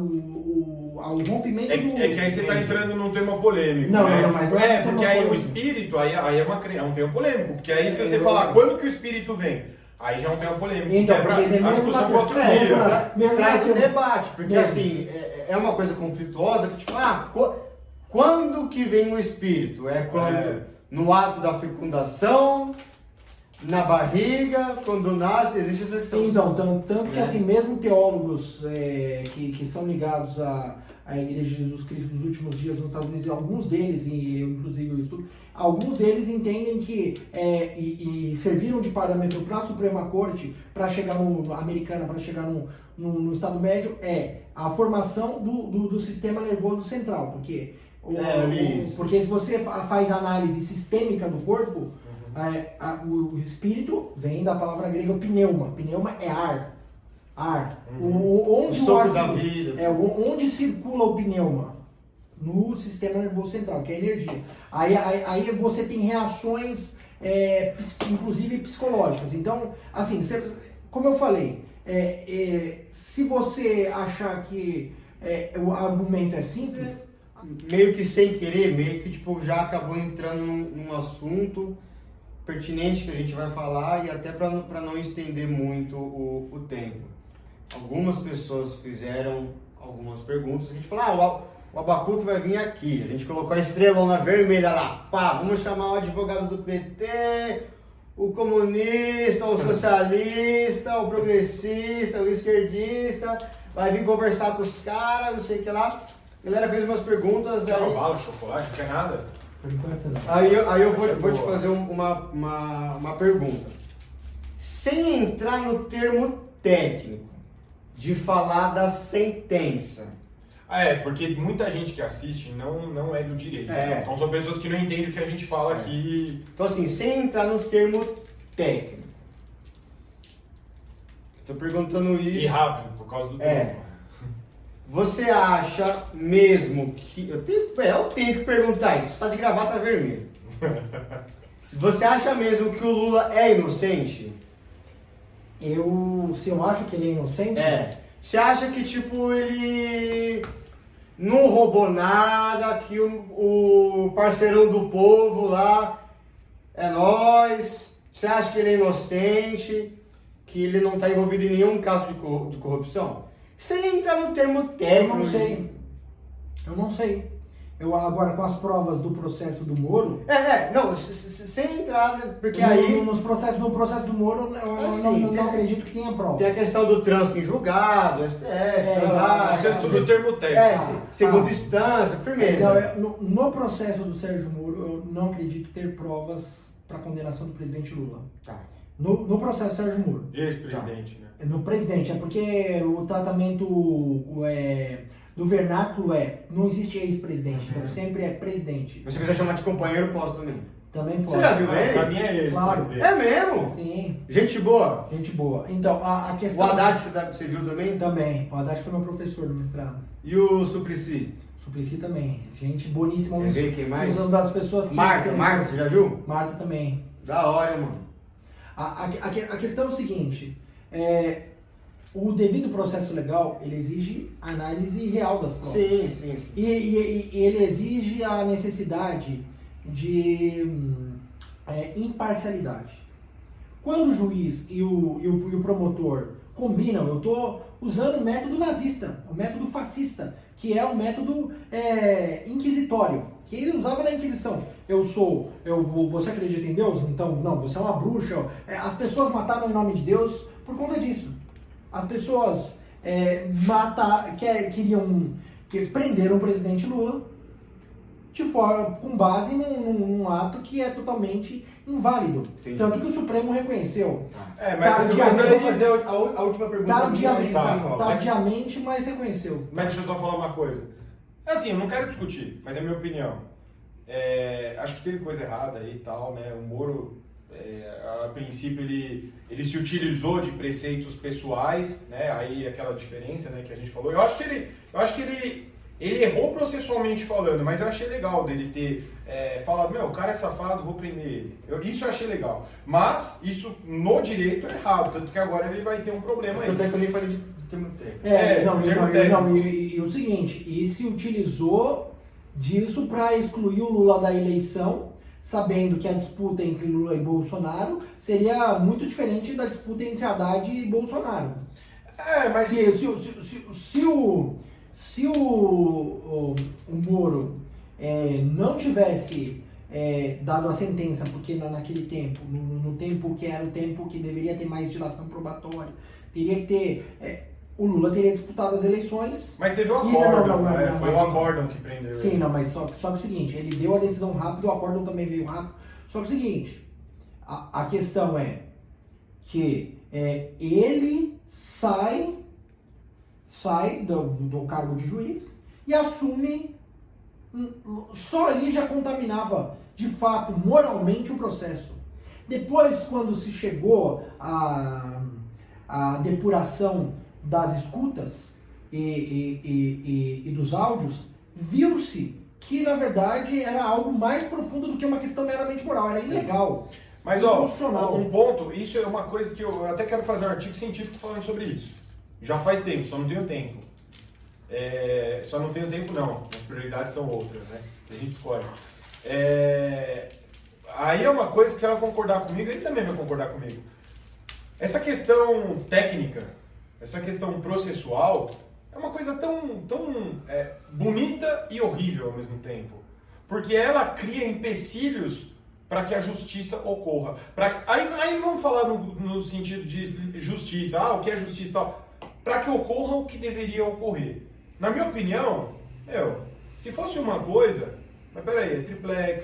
o, a, o rompimento É, do. é que aí você está entrando num tema polêmico. Não, né? não, mas não é é um tema porque aí polêmico. o espírito, aí, aí é, uma, cre- é um tema polêmico. Porque aí se você É, falar eu- quando que o espírito vem, aí já é um tema polêmico. Então, é pra, porque tem a mesmo discussão na- para outro é, dia. na- Tá? mesmo Traz na- o debate, porque mesmo. assim, é, é uma coisa conflituosa que tipo, ah, co- quando que vem o espírito? É quando É. no ato da fecundação, na barriga, quando nasce, existe essa questão. Então, tanto, tanto que É. assim, mesmo teólogos é, que, que são ligados à, à Igreja de Jesus Cristo dos últimos dias nos Estados Unidos, alguns deles, e eu inclusive eu estudo, alguns deles entendem que, é, e, e serviram de parâmetro para a Suprema Corte, para chegar no, no americana, para chegar no, no, no Estado Médio, é a formação do, do, do sistema nervoso central, porque, o, É, o- isso. porque se você fa- faz análise sistêmica do corpo, é, a- o, o espírito vem da palavra grega pneuma. Pneuma é ar. Ar. O, o- onde O o, sopro ar da circula- vida. É, o- onde circula o pneuma? No sistema nervoso central, que é a energia. Aí, aí, aí você tem reações, é, ps- inclusive psicológicas. Então, assim, você- como eu falei, é, é, se você achar que é, o argumento é simples, Meio que sem querer, meio que tipo, já acabou entrando num, num assunto pertinente que a gente vai falar e até para não estender muito o, o tempo. Algumas pessoas fizeram algumas perguntas, a gente falou, ah, o, A- o Abacuque vai vir aqui, a gente colocou a estrelona vermelha lá, pá, vamos chamar o advogado do P T, o comunista, o socialista, o progressista, o esquerdista, vai vir conversar com os caras, não sei o que lá. A galera fez umas perguntas, Quer aí, bala, chocolate, não quer nada? por enquanto não. aí, eu- aí eu vou, vou te fazer um- uma, uma, uma pergunta. sem entrar no termo técnico, de falar da sentença. Ah, é, porque muita gente que assiste não, não é do direito. É. Então são pessoas que não entendem o que a gente fala É. aqui. Então, assim, sem entrar no termo técnico. Estou perguntando isso. E rápido, por causa do É. tempo. Você acha mesmo que. Eu tenho, é, eu tenho que perguntar isso, você tá de gravata vermelha. Você acha mesmo que o Lula é inocente? Eu, se eu acho que ele é inocente, É. Você acha que, tipo, ele não roubou nada, que o, o parceirão do povo lá é nós? Você acha que ele é inocente? Que ele não está envolvido em nenhum caso de, cor, de corrupção? Sem entrar no termo eu técnico. não sei. Eu não sei. Eu agora com as provas do processo do Moro, É, é, não, s- s- sem entrar, né, porque no, aí nos processos, no processo do Moro, eu não, Assim, não, não tem- acredito que tenha prova. tem a questão do trânsito em julgado, S T F, É, lá, Isso é tudo termo técnico. é, se- segunda Ah. instância, firmeza. Não, eu- no, no processo do Sérgio Moro, eu não acredito ter provas para condenação do presidente Lula. Tá. No, no processo Sérgio Moro. Ex-presidente, né? No presidente, é porque o tratamento o, é, do vernáculo é, não existe ex-presidente, Uhum. então sempre é presidente. Mas se quiser chamar de companheiro, posso também. Também pode. Você já viu Ah, ele? pra mim é ex-presidente. É mesmo? Sim, Gente boa. gente boa. Então, a, a O questão... Haddad, você, tá- você viu também? Também. O Haddad foi meu professor no mestrado. E o Suplicy? Suplicy também. Gente boníssima. Quer Um ver quem mais? dos- das pessoas que... Marta, Marta, você já viu? Marta também. Da hora, mano. A, a, a, que- a questão é o seguinte, é, o devido processo legal, ele exige análise real das provas. Sim, sim, sim. E, e- e ele exige a necessidade de hum, é, imparcialidade. Quando o juiz e o, e o, e o promotor combinam, eu estou usando o método nazista, o método fascista, que é o método é, inquisitório, que ele usava na Inquisição. Eu sou, eu vou, você acredita em Deus? Então, não, você é uma bruxa. É, as pessoas mataram em nome de Deus por conta disso. As pessoas é, matar, que, queriam que prenderam o presidente Lula de forma, com base num, num- num ato que é totalmente inválido. Entendi. Tanto que o Supremo reconheceu. É, mas, Tá, mas, diamante, aí- Eu vou fazer a, u- a última pergunta. Tardiamente, minha, tá, então, ó. tardiamente, mas reconheceu. mas deixa eu só falar uma coisa. Assim, eu não quero discutir, mas é minha opinião. É, acho que teve coisa errada aí e tal, né? O Moro, é, a princípio, ele, ele se utilizou de preceitos pessoais, né? Aí aquela diferença, né, que a gente falou. Eu acho que ele, eu acho que ele, ele errou processualmente falando, mas eu achei legal dele ter é, falado, meu, o cara é safado, vou prender ele. Eu, isso eu achei legal. Mas isso no direito é errado, tanto que agora ele vai ter um problema aí. Tanto é que eu nem falei de de termo técnico. É, É, não, e, termo não, e- técnico. não, e, e- e o seguinte, e se utilizou disso para excluir o Lula da eleição, sabendo que a disputa entre Lula e Bolsonaro seria muito diferente da disputa entre Haddad e Bolsonaro. É, mas... Se, se, se, se, se o, se o, o, o Moro é, não tivesse é, dado a sentença, porque na, naquele tempo, no, no tempo que era o tempo que deveria ter mais dilação probatória, teria que ter... É, o Lula teria disputado as eleições. Mas teve um E não, acórdão, não, não, né? não, Foi mas- o acórdão que prendeu Sim, ele. não, mas só, só que o seguinte, ele deu a decisão rápido, o acórdão também veio rápido. Só que o seguinte, a, a questão é que é, ele sai, sai do, do cargo de juiz e assume, hum, só ali já contaminava de fato, moralmente o processo. Depois, quando se chegou à, à depuração das escutas e, e, e, e, e dos áudios, viu-se que, na verdade, era algo mais profundo do que uma questão meramente moral, era ilegal. Mas, ó, Inconstitucional. um ponto, isso é uma coisa que eu até quero fazer um artigo científico falando sobre isso. Já faz tempo, só não tenho tempo. É, só não tenho tempo não, as prioridades são outras, né? A gente escolhe. É, aí é uma coisa que você vai concordar comigo, ele também vai concordar comigo. Essa questão técnica, essa questão processual, é uma coisa tão, tão é, bonita e horrível ao mesmo tempo. Porque ela cria empecilhos para que a justiça ocorra. Pra, aí, aí vamos falar no, no sentido de justiça, ah, o que é justiça e tal. Para que ocorra o que deveria ocorrer. Na minha opinião, meu, se fosse uma coisa, mas peraí, é triplex,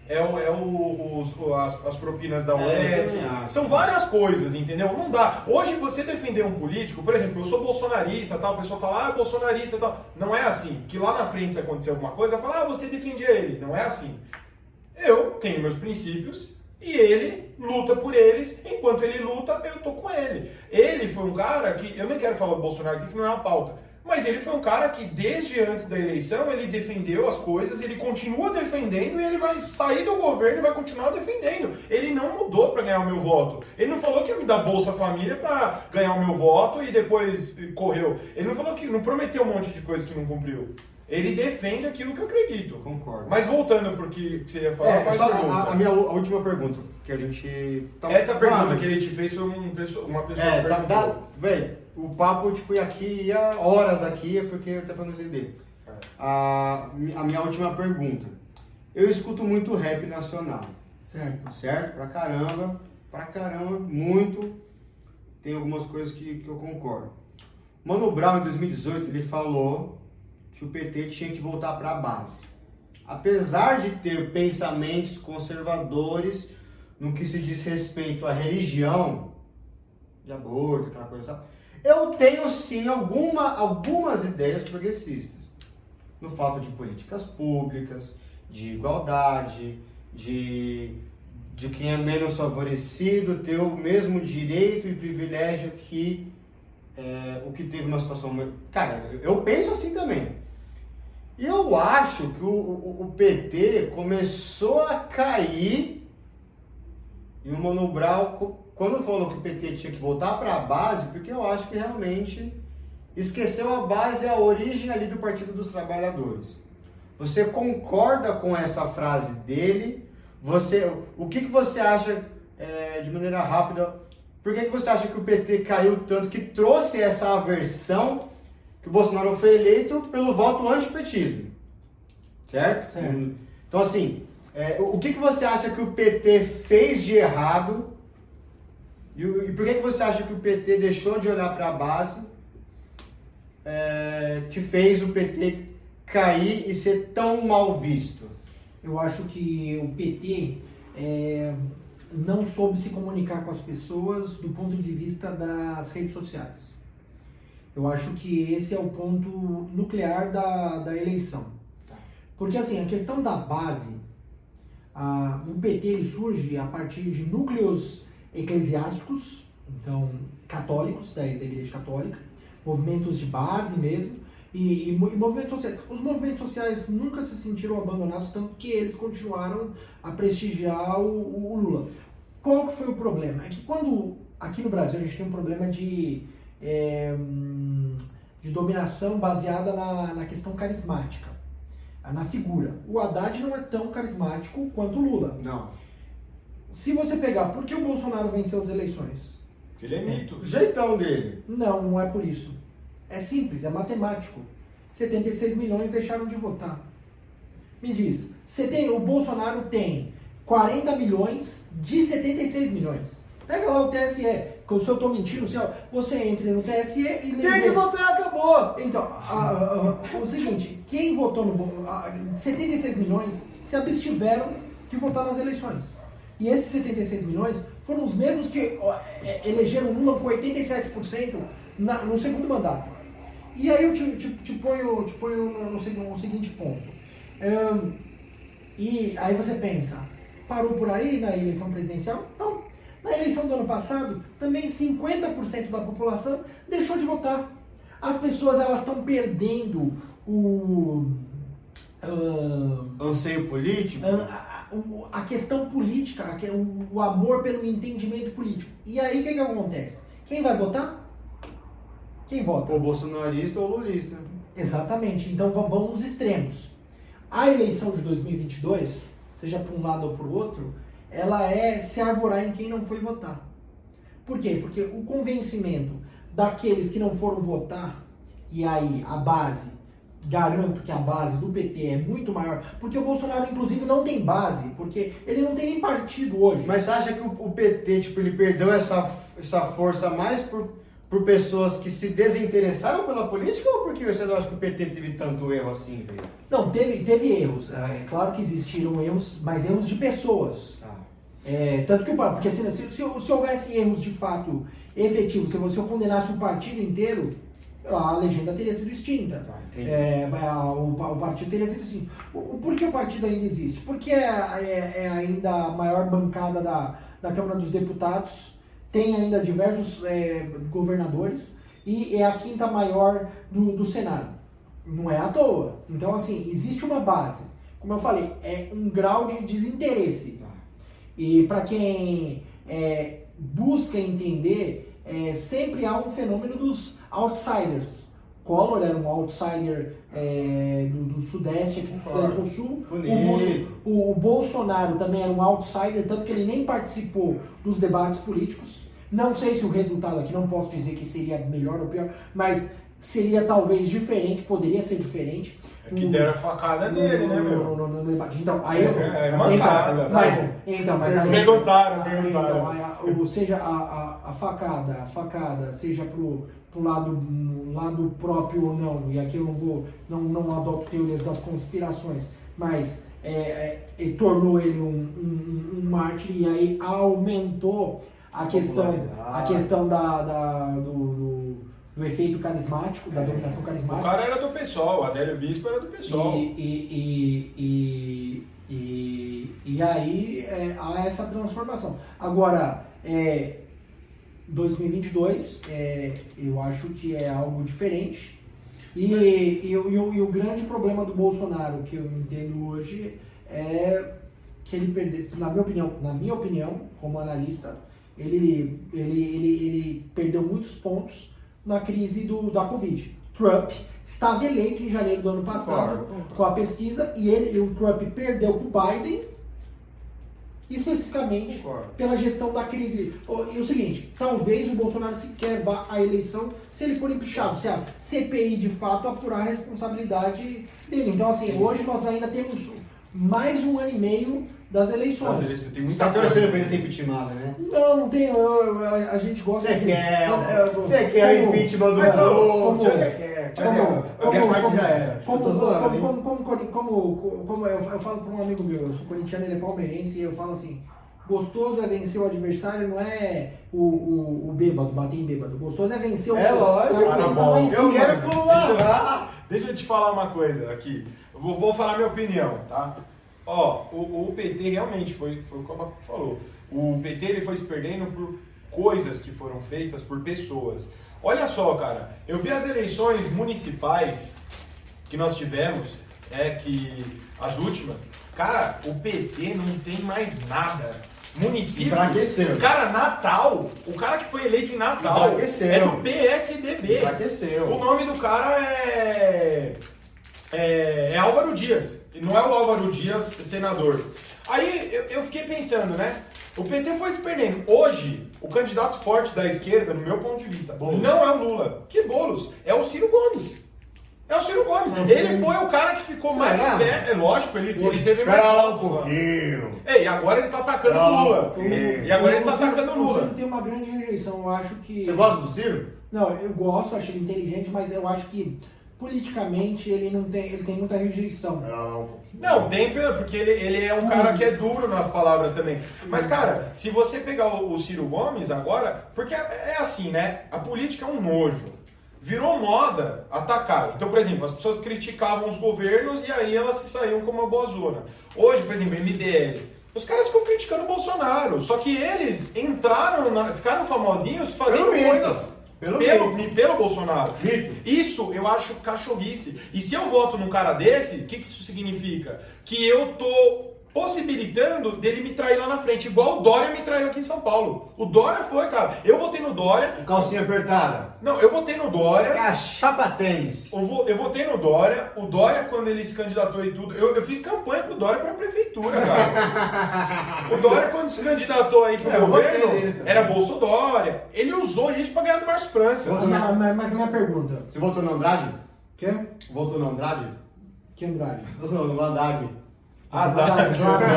é, o, é o, os, as, as propinas da U E S, É, são várias coisas, entendeu? Não dá. Hoje você defender um político, por exemplo, eu sou bolsonarista, tal, a pessoa fala, ah, bolsonarista, tal. Não é assim. Que lá na frente, se acontecer alguma coisa, fala, ah, você defendia ele. Não é assim. Eu tenho meus princípios e ele luta por eles. Enquanto ele luta, eu tô com ele. Ele foi um cara que, eu nem quero falar do Bolsonaro aqui, que não é uma pauta, mas ele foi um cara que desde antes da eleição ele defendeu as coisas, ele continua defendendo e ele vai sair do governo e vai continuar defendendo. Ele não mudou para ganhar o meu voto. Ele não falou que ia me dar Bolsa Família para ganhar o meu voto e depois correu. Ele não falou que não prometeu um monte de coisa que não cumpriu. Ele defende aquilo que eu acredito. Concordo. Mas voltando para o que você ia falar, É, faz só pergunta. a, a minha u- a última pergunta, que a gente... Tá, Essa pergunta Mano, que ele te fez foi um pessoa- uma pessoa É, que tá, perguntou. tá, velho, o papo, tipo, ia aqui, ia horas aqui, é porque até pra não entender. É. A, a minha última pergunta. Eu escuto muito rap nacional, Certo. certo? Pra caramba, pra caramba, muito. Tem algumas coisas que, que eu concordo. Mano Brown, em dois mil e dezoito, ele falou que o P T tinha que voltar pra base. Apesar de ter pensamentos conservadores no que se diz respeito à religião, de aborto, aquela coisa, sabe? Eu tenho sim alguma, algumas ideias progressistas. No fato de políticas públicas, de igualdade, de, de quem é menos favorecido ter o mesmo direito e privilégio que é, o que teve uma situação... Cara, eu penso assim também. E eu acho que o, o, o P T começou a cair e o Mano Brown, quando falou que o P T tinha que voltar para a base, porque eu acho que realmente esqueceu a base, a origem ali do Partido dos Trabalhadores. Você concorda com essa frase dele? Você, o que, que você acha, é, de maneira rápida, por que, que você acha que o P T caiu tanto, que trouxe essa aversão que o Bolsonaro foi eleito pelo voto antipetismo? Certo? Certo. Então, assim, é, o que, que você acha que o P T fez de errado? E, o- e por que, que você acha que o P T deixou de olhar para a base, é, que fez o P T cair e ser tão mal visto? Eu acho que o P T é, não soube se comunicar com as pessoas do ponto de vista das redes sociais. Eu acho que esse é o ponto nuclear da, da eleição. Porque, assim, a questão da base, a, o P T ele surge a partir de núcleos eclesiásticos, então, católicos, da, da Igreja Católica, movimentos de base mesmo, e, e, mo- e movimentos sociais. Os movimentos sociais nunca se sentiram abandonados, tanto que eles continuaram a prestigiar o, o- o Lula. Qual que foi o problema? É que quando, aqui no Brasil, a gente tem um problema de, é, hum, de dominação baseada na, na questão carismática, na figura. O Haddad não é tão carismático quanto o Lula. Não. Se você pegar, por que o Bolsonaro venceu as eleições? Porque ele é mito. O jeitão dele. Não, não é por isso. É simples, é matemático. setenta e seis milhões deixaram de votar. Me diz, você tem, o Bolsonaro tem quarenta milhões de setenta e seis milhões. Pega lá o T S E. Se eu estou mentindo, você, você entra no T S E e... Tem que votar, acabou! Então, a- a- a- o seguinte, quem votou no... Bo- a- setenta e seis milhões se abstiveram de votar nas eleições. E esses setenta e seis milhões foram os mesmos que ó, é, elegeram Lula com oitenta e sete por cento na, no segundo mandato. E aí eu te, te, te ponho, te ponho no, no, segu- no seguinte ponto. Ahn, e aí você pensa, parou por aí na eleição presidencial? Não. Na eleição do ano passado, também cinquenta por cento da população deixou de votar. As pessoas elas estão perdendo o... ahn, Anseio político? a, a- o- a questão política, a que- o, o amor pelo entendimento político. E aí o que, que acontece? Quem vai votar? Quem vota? Ou bolsonarista ou lulista. Exatamente. Então va- vamos nos extremos. A eleição de dois mil e vinte e dois, seja para um lado ou para o outro, ela é se arvorar em quem não foi votar. Por quê? Porque o convencimento daqueles que não foram votar, e aí a base, garanto que a base do P T é muito maior, porque o Bolsonaro, inclusive, não tem base, porque ele não tem nem partido hoje. Mas você acha que o, o P T, tipo, ele perdeu essa, essa força mais por, por pessoas que se desinteressaram pela política ou porque você não acha que o P T teve tanto erro assim, velho? Não, teve, teve erros. É claro que existiram erros, mas erros de pessoas. Ah. É, tanto que o porque se, se, se, se houvesse erros de fato efetivos, se você condenasse o partido inteiro, a legenda teria sido extinta. Ah, é, a, o, o partido teria sido extinto. O, por que o partido ainda existe? Porque é, é, é ainda a maior bancada da, da Câmara dos Deputados, tem ainda diversos é, governadores e é a quinta maior do, do Senado. Não é à toa. Então, assim, existe uma base. Como eu falei, é um grau de desinteresse. E para quem é, busca entender, é, sempre há um fenômeno dos outsiders. Collor era um outsider é, do, do Sudeste, aqui do Sul. O, o, o Bolsonaro também era um outsider, tanto que ele nem participou dos debates políticos. Não sei se o resultado aqui, não posso dizer que seria melhor ou pior, mas seria talvez diferente, poderia ser diferente. É que deram a facada nele, né, meu? No, no, no debate. Então, aí... É, é mancada. Então, mas, então, mas aí... Perguntaram, perguntaram. Então, aí, ou seja, a, a, a facada, a facada, seja pro, pro lado, lado próprio ou não, e aqui eu não vou, não, não adopto teorias das conspirações, mas é, é, tornou ele um, um, um mártir e aí aumentou a questão, a questão da, da, do, do, do efeito carismático, da dominação carismática. O cara era do PSOL, o Adélio Bispo era do PSOL. E, e, e, e, e, e aí é, há essa transformação. Agora, é, dois mil e vinte e dois, é, eu acho que é algo diferente. E, e, e, e, o, e o grande problema do Bolsonaro, que eu entendo hoje, é que ele perdeu, na minha opinião, na minha opinião, como analista, ele, ele, ele, ele perdeu muitos pontos na crise do, da Covid. Trump estava eleito em janeiro do ano passado, concordo, concordo. com a pesquisa, e ele, o Trump perdeu para o Biden, especificamente concordo. pela gestão da crise. E o seguinte, talvez o Bolsonaro sequer vá à eleição se ele for empichado, se a C P I de fato apurar a responsabilidade dele. Então, assim, Sim. hoje nós ainda temos mais um ano e meio das eleições. Mas ele tem muita torcida pra ele ser impeachment, né? Não, não tem. Eu, eu, a, a gente gosta Você de... quer, você quer o impeachment do outro, você quer. Como já era. Como eu falo para um amigo meu, eu sou corintiano, ele é palmeirense, e eu falo assim, gostoso é vencer o adversário, não é o, o, o bêbado, bater em bêbado. Gostoso é vencer o... É lógico, tá bom. Eu quero pular. Deixa eu te falar uma coisa aqui. Eu vou, vou falar minha opinião, tá? Ó, o, o P T realmente foi, foi o que o Baco falou. O P T ele foi se perdendo por coisas que foram feitas por pessoas. Olha só, cara, eu vi as eleições municipais que nós tivemos, é que as últimas, cara, o P T não tem mais nada. Município, cara, Natal, o cara que foi eleito em Natal é do P S D B. O nome do cara é, é, é Álvaro Dias. Não é o Álvaro Dias, senador. Aí eu, eu fiquei pensando, né? O P T foi se perdendo. Hoje, o candidato forte da esquerda, no meu ponto de vista, Boulos. Não é o Lula. Que Boulos? É o Ciro Gomes. É o Ciro Gomes. Uhum. Ele foi o cara que ficou mais perto. É lógico, ele, ele teve mais votos. E agora ele tá atacando o Lula. E agora ele tá atacando o Lula. O Ciro tem uma grande rejeição. Eu acho que... Você gosta do Ciro? Não, eu gosto, acho ele inteligente, mas eu acho que politicamente ele não tem, ele tem muita rejeição. Não, não tem, porque ele, ele é um cara que é duro nas palavras também. Mas, cara, se você pegar o, o Ciro Gomes agora, porque é, é assim, né? A política é um nojo. Virou moda atacar. Então, por exemplo, as pessoas criticavam os governos e aí elas se saíam como uma boa zona. Hoje, por exemplo, M B L. Os caras ficam criticando o Bolsonaro. Só que eles entraram, na, ficaram famosinhos fazendo Pelo coisas... Pelo, pelo, pelo Bolsonaro. Mito. Isso eu acho cachorrice. E se eu voto num cara desse, o que, que isso significa? Que eu tô possibilitando dele me trair lá na frente, igual o Dória me traiu aqui em São Paulo. O Dória foi, cara. Eu votei no Dória. Calcinha apertada. Não, eu votei no Dória. É a chapa tênis. Eu, eu votei no Dória. O Dória, quando ele se candidatou e tudo, eu, eu fiz campanha pro Dória pra prefeitura, cara. O Dória, quando se candidatou aí pro é, governo, era Bolso Dória. Ele usou isso pra ganhar do Márcio França. Mas, mas, mas a minha pergunta. Você votou no Andrade? Quê? Votou no Andrade? Que Andrade? Votou no Andrade. Haddad.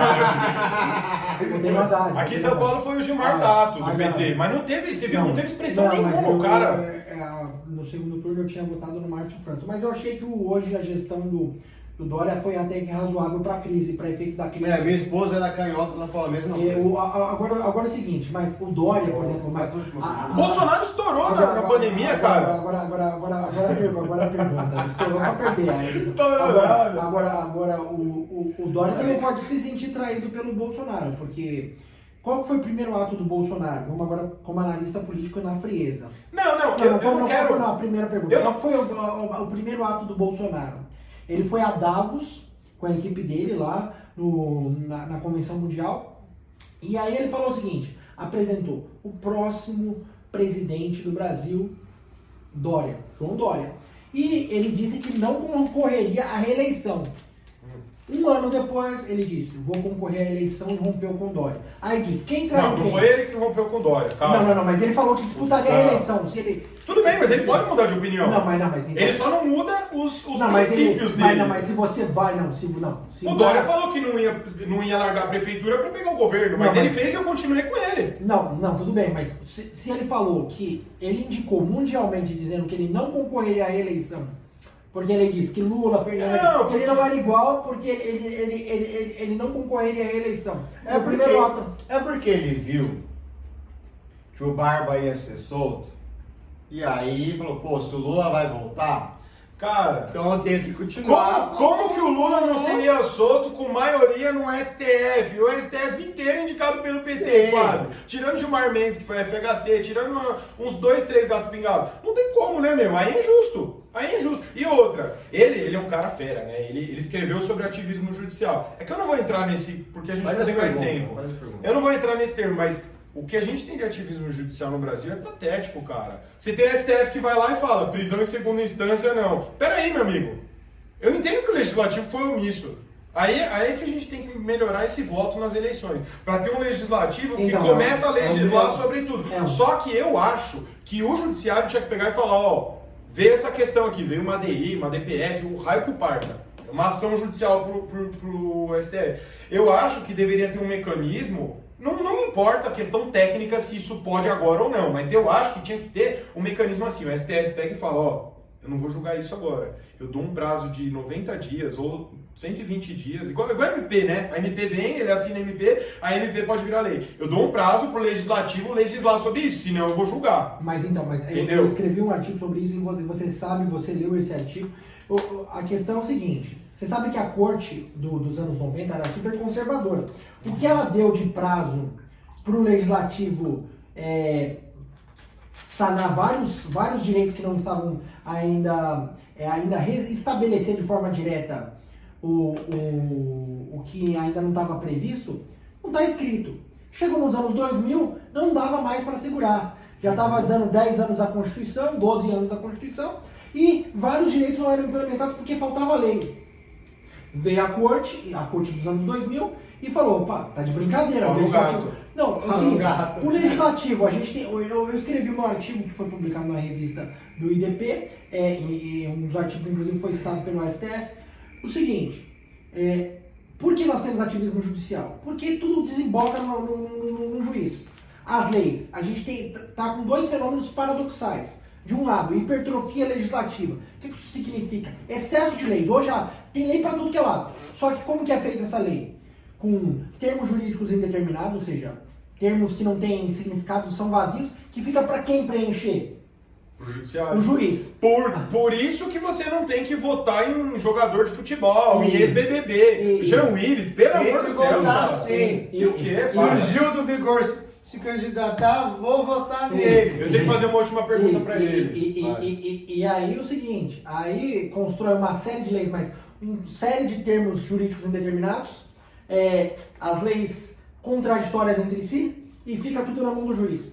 Votei no Haddad. Aqui em São Paulo foi o Gilmar Ah, Tato, do ah, P T. não. Mas não teve, você viu, não, Não, teve expressão não, nenhuma, mas o eu- cara. é, é, no segundo turno eu tinha votado no Márcio França. Mas eu achei que o- hoje a gestão do, do Dória foi até que razoável para a crise, para efeito da crise. É, minha esposa era canhota, ela fala a mesma É, coisa. o, a- agora, agora é o seguinte, mas o Dória, por exemplo, mas, a- a- Bolsonaro estourou na- agora- na, agora- pandemia, agora, cara. Agora, agora, agora, agora, a pergunta, agora a pergunta. Estourou pra perder. Aí. Estourou, agora, velho. agora, agora o, o, o Dória também pode se sentir traído pelo Bolsonaro, porque qual foi o primeiro ato do Bolsonaro? Vamos agora como analista político na frieza. Não, não, Não, eu, não, eu não não, quero. qual foi não, a primeira pergunta. Eu Qual não- foi o, o- o primeiro ato do Bolsonaro? Ele foi a Davos com a equipe dele lá no, na, na Convenção Mundial. E aí ele falou o seguinte, apresentou o próximo presidente do Brasil, Dória, João Dória. E ele disse que não concorreria à reeleição. Um ano depois, ele disse, vou concorrer à eleição e rompeu com Dória. Aí disse, quem traiu Não, não quem? foi ele que rompeu com o Dória, calma. Não, não, não, mas ele falou que disputaria a Não. reeleição. Se ele, Tudo bem, mas ele se- pode mudar de opinião. Não, mas não, mas então... Ele só não muda os, os não, mas ele, princípios mas dele. não, mas se você vai, não, se não, se O vai- Dória falou que não ia, não ia largar a prefeitura pra pegar o governo, mas, Não, ele mas- fez e eu continuei com ele. Não, não, tudo bem, mas se, se ele falou que ele indicou mundialmente dizendo que ele não concorreria à reeleição, porque ele disse que Lula, Fernando, Não, que ele não era igual porque ele, ele, ele, ele, ele não concorreria à reeleição. É o porque- primeiro ato. É porque ele viu que o Barba ia ser solto. E aí falou, pô, se o Lula vai voltar, Cara, então eu tenho que como, continuar. como que o Lula não seria solto com maioria no S T F? O S T F inteiro indicado pelo P T, Sim. quase. Tirando Gilmar Mendes, que foi F H C, tirando uma- uns dois, três gatos pingados. Não tem como, né, meu? Aí é injusto. Aí é injusto. E outra, ele, ele é um cara fera, né? Ele, ele escreveu sobre ativismo judicial. É que eu não vou entrar nesse, porque a gente Faz não as tem mais perguntas, tempo. faz as perguntas. Eu não vou entrar nesse termo, mas o que a gente tem de ativismo judicial no Brasil é patético, cara. Você tem S T F que vai lá e fala, prisão em segunda instância não. Pera aí, meu amigo. Eu entendo que o legislativo foi omisso. Aí, aí é que a gente tem que melhorar esse voto nas eleições. Para ter um legislativo que Então, começa a é um- legislar é um- sobre tudo. é um- Só que eu acho que o judiciário tinha que pegar e falar, ó, vê essa questão aqui, veio uma A D I, uma D P F, o raio que o parta. Uma ação judicial pro, pro, pro S T F. Eu acho que deveria ter um mecanismo. Não, não me importa a questão técnica se isso pode agora ou não, mas eu acho que tinha que ter um mecanismo assim. O S T F pega e fala, ó, eu não vou julgar isso agora. Eu dou um prazo de noventa dias ou cento e vinte dias, igual, igual a M P, né? A M P vem, ele assina a M P, a M P pode virar lei. Eu dou um prazo pro legislativo legislar sobre isso, senão eu vou julgar. Mas então, mas eu- Entendeu? eu escrevi um artigo sobre isso e você, você sabe, você leu esse artigo. O- o- a questão é o seguinte, você sabe que a corte do- dos anos noventa era super conservadora. O que ela deu de prazo para o legislativo é, sanar vários, vários direitos que não estavam ainda, é, ainda res- estabelecer de forma direta o, o, o que ainda não estava previsto, não está escrito. Chegou nos anos dois mil, não dava mais para segurar. Já estava dando dez anos à Constituição, doze anos à Constituição, e vários direitos não eram implementados porque faltava lei. Veio a corte, a corte dos anos dois mil, e falou, opa, tá de brincadeira. Fala O no legislativo... gato. Não, é o Fala seguinte, no gato. o legislativo, a gente tem, eu, eu escrevi um artigo que foi publicado na revista do I D P, é, e, e um dos artigos, inclusive, foi citado pelo S T F. O seguinte, é, por que nós temos ativismo judicial? Porque tudo desemboca no, no, no, no juiz. As leis, a gente tem, tá com dois fenômenos paradoxais. De um lado, hipertrofia legislativa. O que isso significa? Excesso de leis. Hoje ah, tem lei para tudo que é lado. Só que como que é feita essa lei? Com termos jurídicos indeterminados, ou seja, termos que não têm significado, são vazios, que fica para quem preencher? Pro judiciário. O juiz. Por, por isso que você não tem que votar em um jogador de futebol, em E- ex-B B B. e- Jean Willis, pelo Tem amor que do céu. votar cara. sim. E o quê? Se Para. o Gil do Vigor se candidatar, vou votar nele. Eu tenho que fazer uma última pergunta E- pra e- ele. E, e, Faz. e, e, e aí o seguinte, aí constrói uma série de leis, mas uma série de termos jurídicos indeterminados, é, as leis contraditórias entre si, e fica tudo na mão do juiz.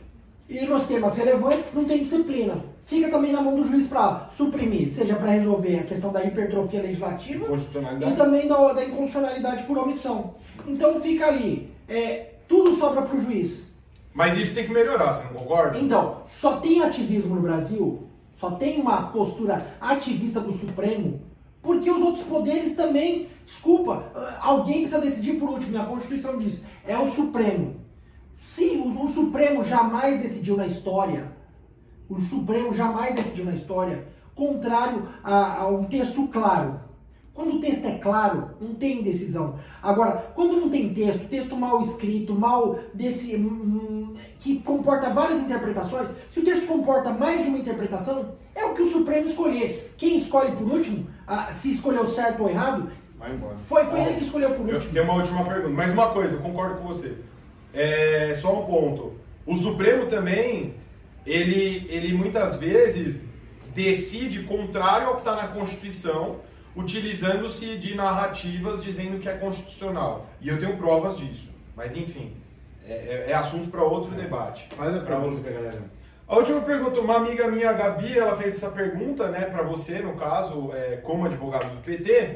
E nos temas relevantes não tem disciplina. Fica também na mão do juiz para suprimir, seja para resolver a questão da hipertrofia legislativa, Constitucionalidade. e também da, da inconstitucionalidade por omissão. Então fica ali, é, tudo sobra para o juiz. Mas isso tem que melhorar, você não concorda? Então, só tem ativismo no Brasil, só tem uma postura ativista do Supremo Porque os outros poderes também, desculpa, alguém precisa decidir por último, e a Constituição diz, é o Supremo. Se o, o Supremo jamais decidiu na história, o Supremo jamais decidiu na história, contrário a, a um texto claro. Quando o texto é claro, não tem decisão. Agora, quando não tem texto, texto mal escrito, mal desse, hum, que comporta várias interpretações, se o texto comporta mais de uma interpretação, é o que o Supremo escolher. Quem escolhe por último, ah, se escolheu certo ou errado, vai embora. Foi, foi ele que escolheu por último. Eu tenho uma última pergunta. Mais uma coisa, eu concordo com você. É, só um ponto. O Supremo também, ele, ele muitas vezes decide contrário ao que está na Constituição, utilizando-se de narrativas dizendo que é constitucional. E eu tenho provas disso. Mas, enfim, é, é, é assunto para outro debate. Faz a pergunta pra galera. A última pergunta, uma amiga minha, a Gabi, ela fez essa pergunta, né, para você, no caso, é, como advogado do P T.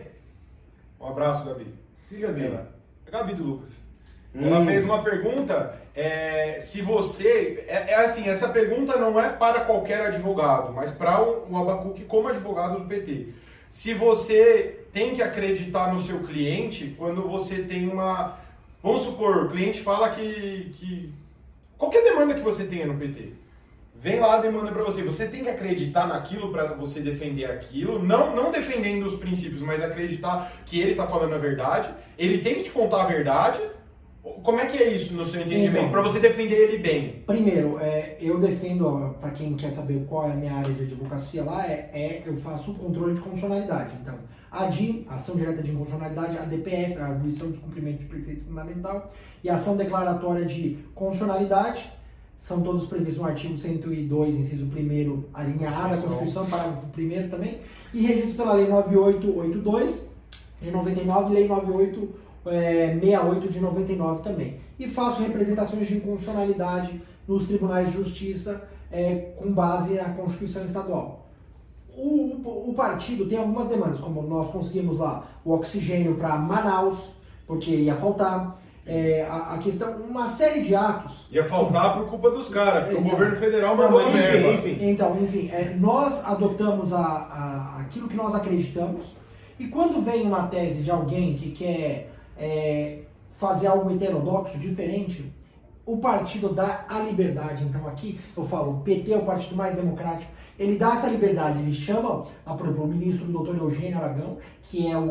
Um abraço, Gabi. E Gabi? Ela, a Gabi do Lucas. Hum. Ela fez uma pergunta, é, se você... É, é assim, essa pergunta não é para qualquer advogado, mas para o, o Abacuque como advogado do P T. Se você tem que acreditar no seu cliente quando você tem uma... Vamos supor, o cliente fala que... que qualquer demanda que você tenha no P T, vem lá a demanda para você. Você tem que acreditar naquilo para você defender aquilo, não, não defendendo os princípios, mas acreditar que ele está falando a verdade. Ele tem que te contar a verdade. Como é que é isso no seu entendimento? Então, para você defender ele bem. Primeiro, é, eu defendo, para quem quer saber qual é a minha área de advocacia lá, é, é eu faço o controle de constitucionalidade. Então, a D I M, Ação Direta de Inconstitucionalidade, a D P F, a Arguição de Descumprimento de Preceito Fundamental, e a Ação Declaratória de Constitucionalidade, são todos previstos no artigo cento e dois, inciso primeiro, a linha A da Constituição, parágrafo primeiro também, e regidos pela Lei nove mil oitocentos e oitenta e dois, de noventa e nove, Lei nove mil oitocentos e sessenta e oito, de noventa e nove também. E faço representações de inconstitucionalidade nos tribunais de justiça é, com base na Constituição Estadual. O, o, o partido tem algumas demandas, como nós conseguimos lá o oxigênio para Manaus, porque ia faltar. É, a, a questão, uma série de atos... Ia faltar por culpa dos caras, porque então, o governo federal não, mandou a enfim, verba. enfim, Então, enfim, é, nós adotamos a, a, aquilo que nós acreditamos, e quando vem uma tese de alguém que quer é, fazer algo heterodoxo, diferente, o partido dá a liberdade. Então aqui eu falo, o P T é o partido mais democrático, ele dá essa liberdade, ele chama a, o ministro, o doutor Eugênio Aragão, que é o,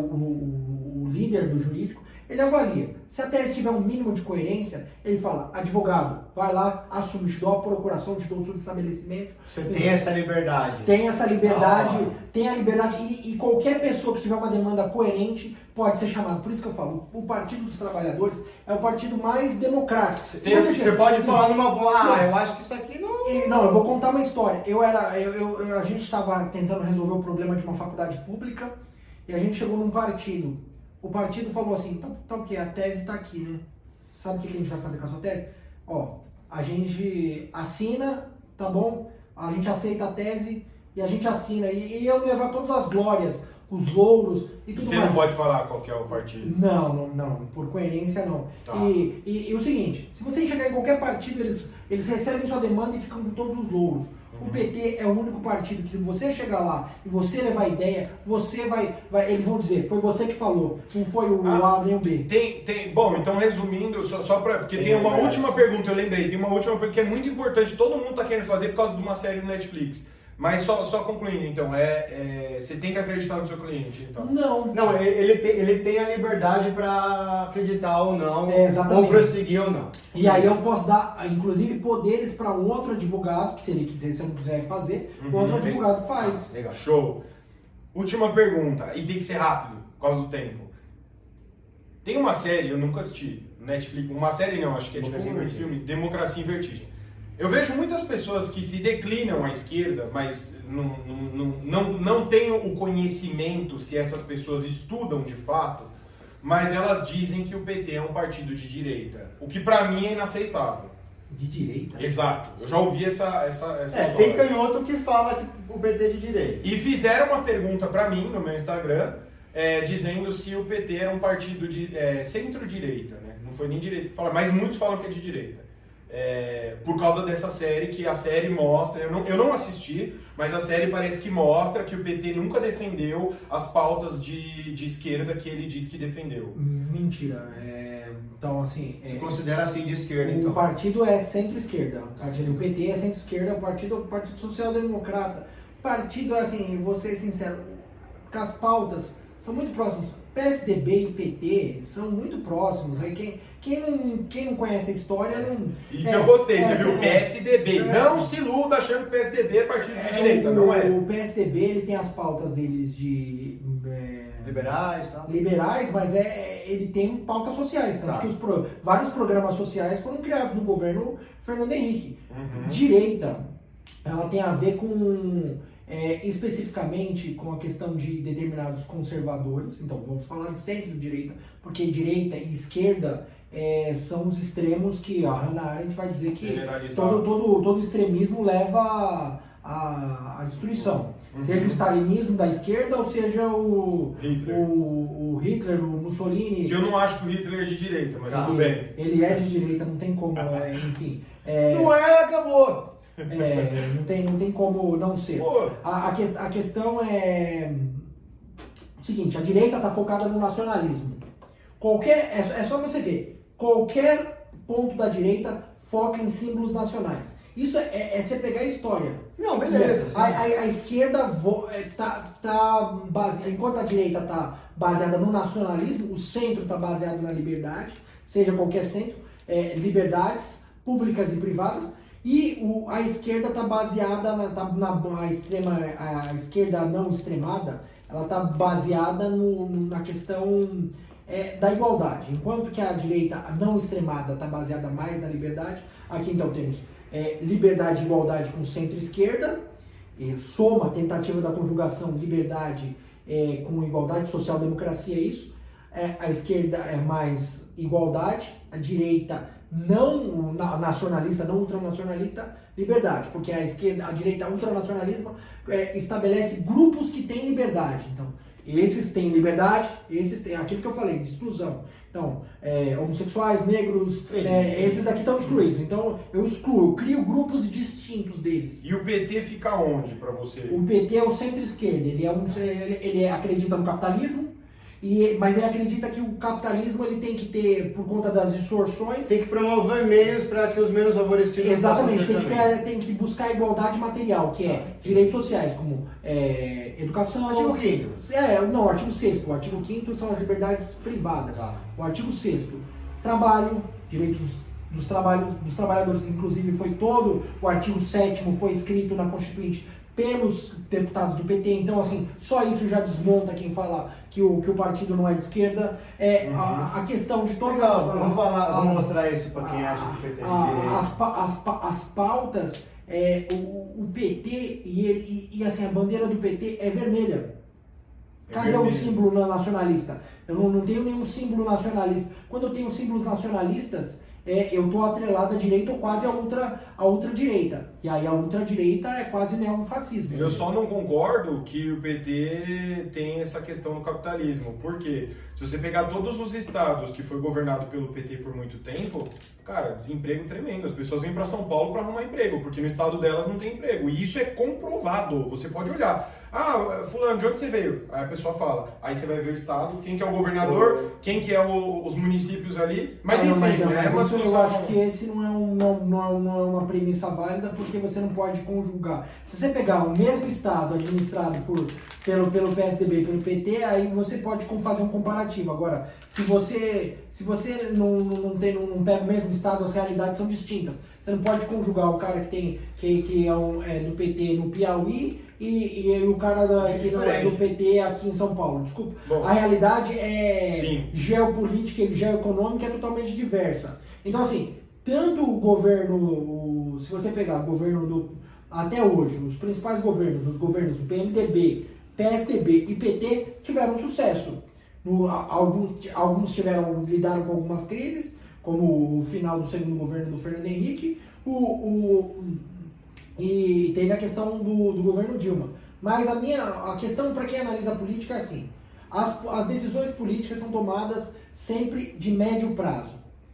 o, o líder do jurídico, ele avalia. Se a tese tiver um mínimo de coerência, ele fala, advogado, vai lá, assume, te dou a procuração, te dou o subestabelecimento. Você tem essa liberdade. Tem essa liberdade, ah. tem a liberdade, e, e qualquer pessoa que tiver uma demanda coerente pode ser chamado. Por isso que eu falo, o Partido dos Trabalhadores é o partido mais democrático. Você, você, você pode falar numa boa, ah, eu acho que isso aqui não... E, não, eu vou contar uma história. Eu era, eu, eu, eu, a gente estava tentando resolver o problema de uma faculdade pública, e a gente chegou num partido. O partido falou assim, então, então o que? A tese está aqui, né? Sabe o que a gente vai fazer com a sua tese? Ó, a gente assina, tá bom? A gente aceita a tese e a gente assina. E, e eu levar todas as glórias, os louros e tudo Você mais. não pode falar qual que é o partido? Não, não, não. Por coerência, não. Tá. E, e, e o seguinte, se você chegar em qualquer partido, eles, eles recebem sua demanda e ficam com todos os louros. O P T é o único partido que, se você chegar lá e você levar a ideia, você vai, vai eles vão dizer, foi você que falou, não foi o Ah, A nem o B. Tem, tem, bom, então resumindo, só, só pra, porque tem, Tem uma verdade. última pergunta, eu lembrei, tem uma última pergunta que é muito importante, todo mundo tá querendo fazer por causa de uma série no Netflix. Mas só, só concluindo, então, é, é, você tem que acreditar no seu cliente, então. Não. Não, ele, ele, tem, ele tem a liberdade para acreditar ou não, É, exatamente. ou prosseguir ou não. E aí eu posso dar, inclusive, poderes para um outro advogado, que se ele quiser, se eu não quiser fazer, o Uhum. outro advogado faz. Legal. Show. Última pergunta, e tem que ser rápido, por causa do tempo. Tem uma série, eu nunca assisti, no Netflix, uma série não, acho que é tipo Democracia em um Vertigem. filme, Democracia em Vertigem. Eu vejo muitas pessoas que se declinam à esquerda, mas não, não, não, não, não têm o conhecimento se essas pessoas estudam de fato, mas elas dizem que o P T é um partido de direita, o que pra mim é inaceitável. De direita? Exato, eu já ouvi essa, essa, essa É, história. tem canhoto que fala que o P T é de direita. E fizeram uma pergunta pra mim no meu Instagram, é, dizendo se o P T era um partido de é, centro-direita, né? Não foi nem direita que falaram, mas muitos falam que é de direita. é, por causa dessa série, que a série mostra, eu não, eu não assisti, mas a série parece que mostra que o P T nunca defendeu as pautas de, de esquerda que ele diz que defendeu. Mentira. É, então, assim... Se é, considera assim de esquerda, o então. partido é centro-esquerda. O partido do P T é centro-esquerda, o partido, o partido Social-Democrata. Partido, assim, vou ser sincero, que as pautas são muito próximas. P S D B e P T são muito próximos. Aí quem, quem, não, quem não conhece a história não... Isso é, eu gostei, é, você viu? é, P S D B. é, Não se iluda achando que o P S D B é partido de é, direita, o, não é? O P S D B ele tem as pautas deles de... É, Liberais e tal. liberais, mas é, ele tem pautas sociais, tanto Tá. que os pro, vários programas sociais foram criados no governo Fernando Henrique. Uhum. Direita, ela tem a ver com, é, especificamente com a questão de determinados conservadores, então vamos falar de centro-direita, porque direita e esquerda é, são os extremos que a Hannah Arendt vai dizer que Generalizado. todo, todo, todo extremismo leva à, à destruição. Uhum. Seja o stalinismo da esquerda ou seja o Hitler. o, o Hitler, o Mussolini. Que eu não acho que o Hitler é de direita, mas Tá. tudo bem. Ele é de direita, não tem como, é, enfim. É, Não é, acabou! é, não, tem, não tem como não ser. Pô, A, a, que, a questão é o seguinte, a direita está focada no nacionalismo. Qualquer, é, é só você ver, qualquer ponto da direita foca em símbolos nacionais. Isso é, é você pegar a história. Não, beleza. A, a, a esquerda vo, é, tá, tá base, enquanto a direita está baseada no nacionalismo, o centro está baseado na liberdade, seja qualquer centro, é, liberdades públicas e privadas, e o, a esquerda está baseada na, tá, na a extrema, a esquerda não extremada, ela está baseada no, na questão é, da igualdade, enquanto que a direita não extremada está baseada mais na liberdade. Aqui então temos É, liberdade e igualdade com centro-esquerda, é, soma, tentativa da conjugação, liberdade é, com igualdade, social-democracia é isso, é, a esquerda é mais igualdade, a direita não nacionalista, não ultranacionalista, liberdade, porque a esquerda, a direita ultranacionalista é, estabelece grupos que têm liberdade, então esses têm liberdade, esses têm aquilo que eu falei, de exclusão. Então, é, homossexuais, negros, é, esses daqui estão excluídos. Então, eu excluo, eu crio grupos distintos deles. e o P T fica onde pra você? O P T é o centro-esquerda, ele, é um, ele, ele acredita no capitalismo, e, mas ele acredita que o capitalismo ele tem que ter, por conta das distorções... Tem que promover meios para que os menos favorecidos... Exatamente, tem que, também. ter, tem que buscar a igualdade material, que é direitos sociais, como é, educação... Artigo quinto. É, não, o artigo sexto. O artigo quinto são as liberdades privadas. Tá. O artigo sexto, trabalho, direitos dos, trabalhos, dos trabalhadores, inclusive foi todo o artigo sétimo foi escrito na Constituinte pelos deputados do P T, então assim, só isso já desmonta quem fala que o, que o partido não é de esquerda. É, Uhum. a, a questão de todas Legal, as... vamos, falar, a- vamos mostrar isso para quem a- acha que o P T é de a- direita. as, pa- as, pa- as pautas, é, o, o P T e, ele- e, e assim, a bandeira do P T é vermelha. É Cadê o vermelho. símbolo na- nacionalista? Eu não, não tenho nenhum símbolo nacionalista. Quando eu tenho símbolos nacionalistas, é, eu estou atrelado à direita ou quase à ultra, à ultradireita. E aí a ultradireita é quase neofascismo. Eu só não concordo que o P T tem essa questão do capitalismo. Por quê? Se você pegar todos os estados que foi governado pelo P T por muito tempo, cara, desemprego tremendo. As pessoas vêm para São Paulo para arrumar emprego, porque no estado delas não tem emprego. E isso é comprovado. Você pode olhar. Ah, fulano, de onde você veio? Aí a pessoa fala. Aí você vai ver o estado, quem que é o governador, quem que é o- os municípios ali. Mas Não, enfim, não, mas, não, é mas uma isso eu discussão- acho que esse não é, um, não, não, é, não é uma premissa válida, porque você não pode conjugar. Se você pegar o mesmo estado administrado por, pelo, pelo P S D B e pelo P T, aí você pode com- fazer um comparativo. Agora, se você, se você não, não, não, tem, não, não pega o mesmo estado, as realidades são distintas. Você não pode conjugar o cara que, tem, que, que é, um, é do P T no Piauí e, e o cara da, que não é do P T aqui em São Paulo. Desculpa. Bom, A realidade é sim. geopolítica e geoeconômica é totalmente diversa. Então, assim, tanto o governo, o- se você pegar o governo do, até hoje, os principais governos, os governos do P M D B, P S D B e P T tiveram sucesso. No, a- alguns, alguns tiveram, lidaram com algumas crises, como o final do segundo governo do Fernando Henrique, o, o, e teve a questão do, do governo Dilma. Mas a minha a questão para quem analisa a política é assim, as, as decisões políticas são tomadas sempre de médio prazo.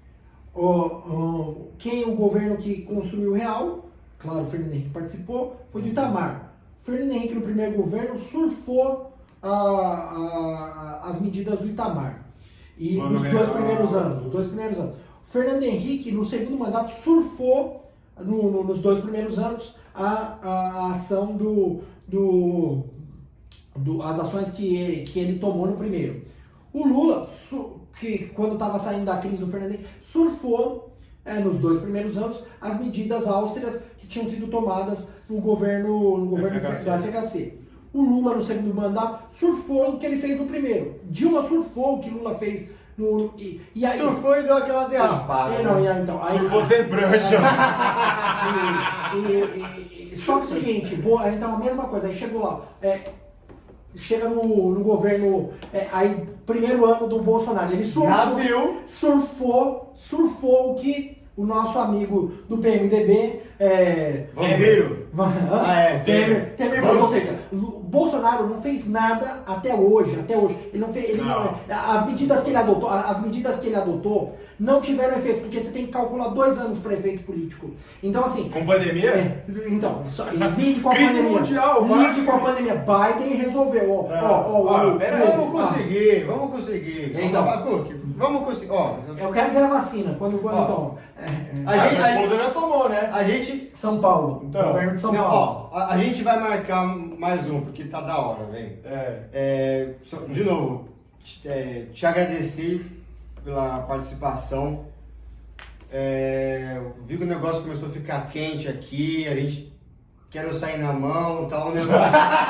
o, o, quem o governo que construiu o real, claro, o Fernando Henrique participou, foi do Itamar. Fernando Henrique no primeiro governo surfou a, a, as medidas do Itamar. E Mano, nos é dois real. primeiros anos, os dois primeiros anos. Fernando Henrique, no segundo mandato, surfou no, no, nos dois primeiros anos a, a, a ação do, do, do. as ações que ele, que ele tomou no primeiro. O Lula, su, que quando estava saindo da crise do Fernando Henrique, surfou é, nos dois primeiros anos as medidas austeras que tinham sido tomadas no governo, no governo F H C. da F H C. O Lula, no segundo mandato, surfou o que ele fez no primeiro. Dilma surfou o que Lula fez no... E, e aí, Surfou e deu aquela derrapada. é, não, né? e aí, então, aí, Surfou sem prancha. e, e, e, só que é o seguinte, boa, então a mesma coisa, aí chegou lá, é, chega no, no governo, é, aí primeiro ano do Bolsonaro, ele surfou, Já viu? surfou, surfou o que o nosso amigo do P M D B, é, Vampiro? Ah, é, Temer, Temer Vamos- falou, ou seja, o Bolsonaro não fez nada até hoje, até hoje. Ele não fez, ele não- Não. as medidas que ele adotou, as medidas que ele adotou não tiveram efeito, porque você tem que calcular dois anos para efeito político. Então assim, Com pandemia? é, então, só- lide com a Crise pandemia. mundial, lide vai. com a pandemia. Biden resolveu, ó, É. ó, ó, Ah, o- pera o- aí, Vamos ah, conseguir, vamos conseguir. Então. Abacuque, vamos conseguir. Ó, Eu quero ver a vacina, quando, quando Ó. então, é, é, A A gente- sua esposa já tomou, né? a gente. São Paulo, Então, governo de São Não, Paulo. ó, a, a gente vai marcar mais um, porque tá da hora, velho. É. É, só- de novo, te- é, te agradecer pela participação. É, eu vi que o negócio começou a ficar quente aqui, a gente quer sair na mão, tal, um negócio.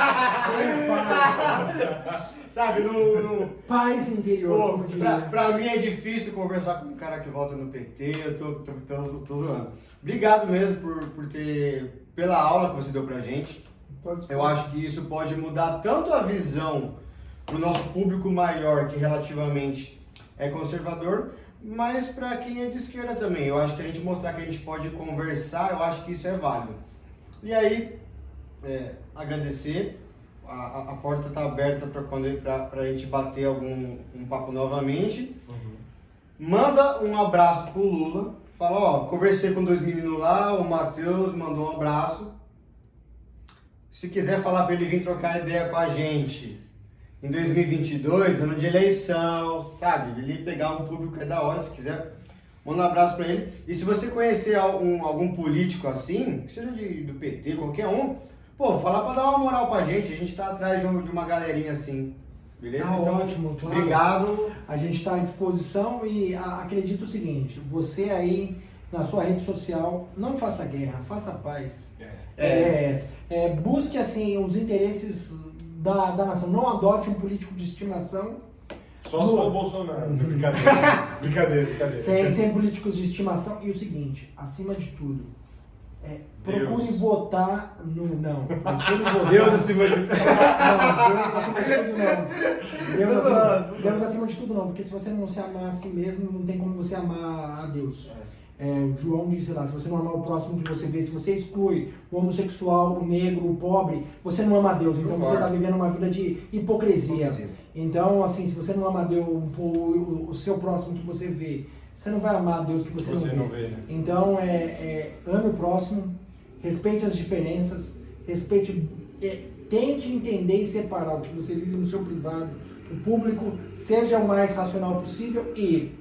Sabe, no, no, Paz interior, Pô, como pra, diria. pra mim é difícil conversar com um cara que volta no P T, eu tô, tô, tô, tô zoando. Obrigado mesmo por, por ter, pela aula que você deu pra gente. Eu acho que isso pode mudar tanto a visão pro nosso público maior, que relativamente é conservador, mas para quem é de esquerda também. Eu acho que a gente mostrar que a gente pode conversar, eu acho que isso é válido. E aí, é, agradecer. A, a, a porta está aberta para quando para a gente bater algum um papo novamente. Manda um abraço pro Lula. Fala, ó, conversei com dois meninos lá, o Matheus mandou um abraço. Se quiser falar para ele vir trocar ideia com a gente em dois mil e vinte e dois, ano de eleição, sabe? Ele pegar um público que é da hora, se quiser, manda um abraço para ele. E se você conhecer algum, algum político assim, seja de, do P T, qualquer um, pô, fala para dar uma moral pra gente. A gente tá atrás de, um, de uma galerinha assim, beleza? Tá Então, ótimo, claro. Obrigado. A gente está à disposição e a, acredito o seguinte, você aí na sua rede social, não faça guerra, faça paz. É. É, é, busque assim os interesses da, da nação, não adote um político de estimação, Só se for o Bolsonaro. Brincadeira. Brincadeira, brincadeira. sem, sem políticos de estimação. E o seguinte, acima de tudo, é, procure Deus. votar no... Não, procure votar... Deus acima de Não, Deus acima de tudo não. Deus acima, Deus acima de tudo não, porque se você não se amar a si mesmo, não tem como você amar a Deus. É, o João disse lá, se você não amar o próximo que você vê, se você exclui o homossexual, o negro, o pobre, você não ama a Deus. Então você está vivendo uma vida de hipocrisia. Hipocrisia. Então, assim, se você não ama a Deus, o, o, o seu próximo que você vê, você não vai amar a Deus que você, Você não não vê. vê, né? Então, é, é, ame o próximo, respeite as diferenças, respeite, é, tente entender e separar o que você vive no seu privado, o público, seja o mais racional possível e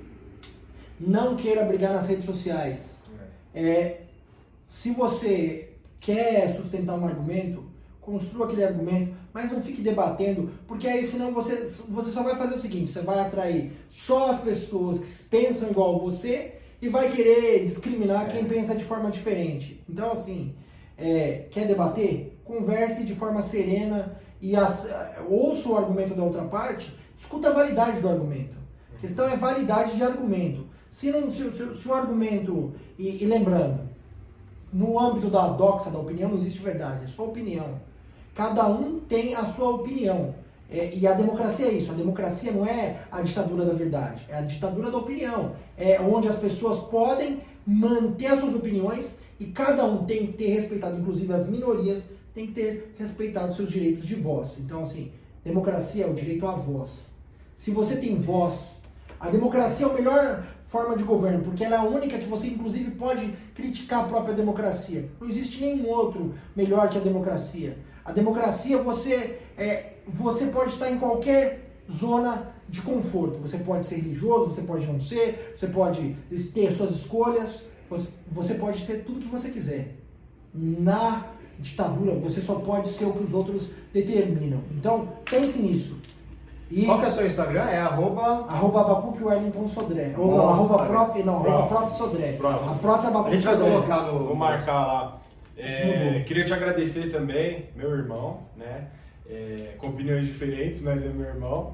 não queira brigar nas redes sociais. É, se você quer sustentar um argumento, construa aquele argumento, mas não fique debatendo, porque aí senão você, você só vai fazer o seguinte, você vai atrair só as pessoas que pensam igual a você e vai querer discriminar quem pensa de forma diferente. Então, assim, é, quer debater? Converse de forma serena e as, ouça o argumento da outra parte, escuta a validade do argumento. A questão é validade de argumento. Se, não, se, se, se o argumento... E, e lembrando, no âmbito da doxa, da opinião, não existe verdade, é só opinião. Cada um tem a sua opinião. É, e a democracia é isso. A democracia não é a ditadura da verdade, é a ditadura da opinião. É onde as pessoas podem manter as suas opiniões e cada um tem que ter respeitado, inclusive as minorias, tem que ter respeitado seus direitos de voz. Então, assim, democracia é o direito à voz. Se você tem voz, a democracia é a melhor forma de governo, porque ela é a única que você, inclusive, pode criticar a própria democracia. Não existe nenhum outro melhor que a democracia. A democracia, você, é, você pode estar em qualquer zona de conforto. Você pode ser religioso, você pode não ser, você pode ter suas escolhas, você, você pode ser tudo que você quiser. Na ditadura, você só pode ser o que os outros determinam. Então, pense nisso. E qual que é o seu Instagram? É arroba... Arroba Abacuque Wellington Sodré. Ou Nossa, arroba prof... Não, prof. arroba prof Sodré. Prof. A prof Abacuque A gente vai Sodré. colocar no... Vou marcar lá. É, queria te agradecer também, meu irmão, né? É, com opiniões diferentes, mas é meu irmão.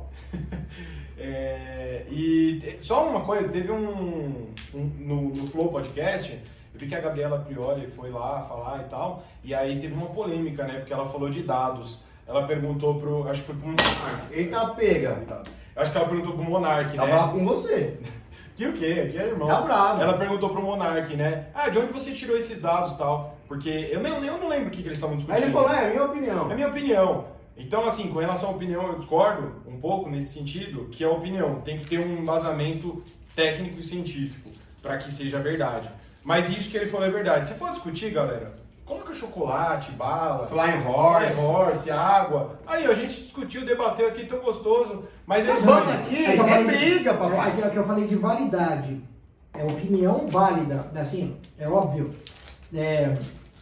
É, e te- só uma coisa, teve um, um- no, no Flow Podcast, eu vi que a Gabriela Prioli foi lá falar e tal, e aí teve uma polêmica, né? Porque ela falou de dados. Ela perguntou pro, acho que foi pro Monark. Eita, pega. Acho que ela perguntou pro Monark, Tá né? bravo com você. Que o quê? Aqui é irmão. Tá bravo. Ela perguntou pro Monark, né? Ah, de onde você tirou esses dados e tal? Porque eu, nem, eu não lembro o que, que eles estavam discutindo. Aí ele falou, é, é a minha opinião. É a minha opinião. Então, assim, com relação à opinião, eu discordo um pouco nesse sentido, que a opinião tem que ter um embasamento técnico e científico para que seja verdade. Mas isso que ele falou é verdade. Se for discutir, galera, coloca chocolate, bala, Flying Horse. Flying Horse, água. Aí, a gente discutiu, debateu aqui tão gostoso, mas eles Bota aqui, É que eu é falei- briga, É, papai. é que- é que eu falei de validade. É opinião válida, assim, é óbvio. É,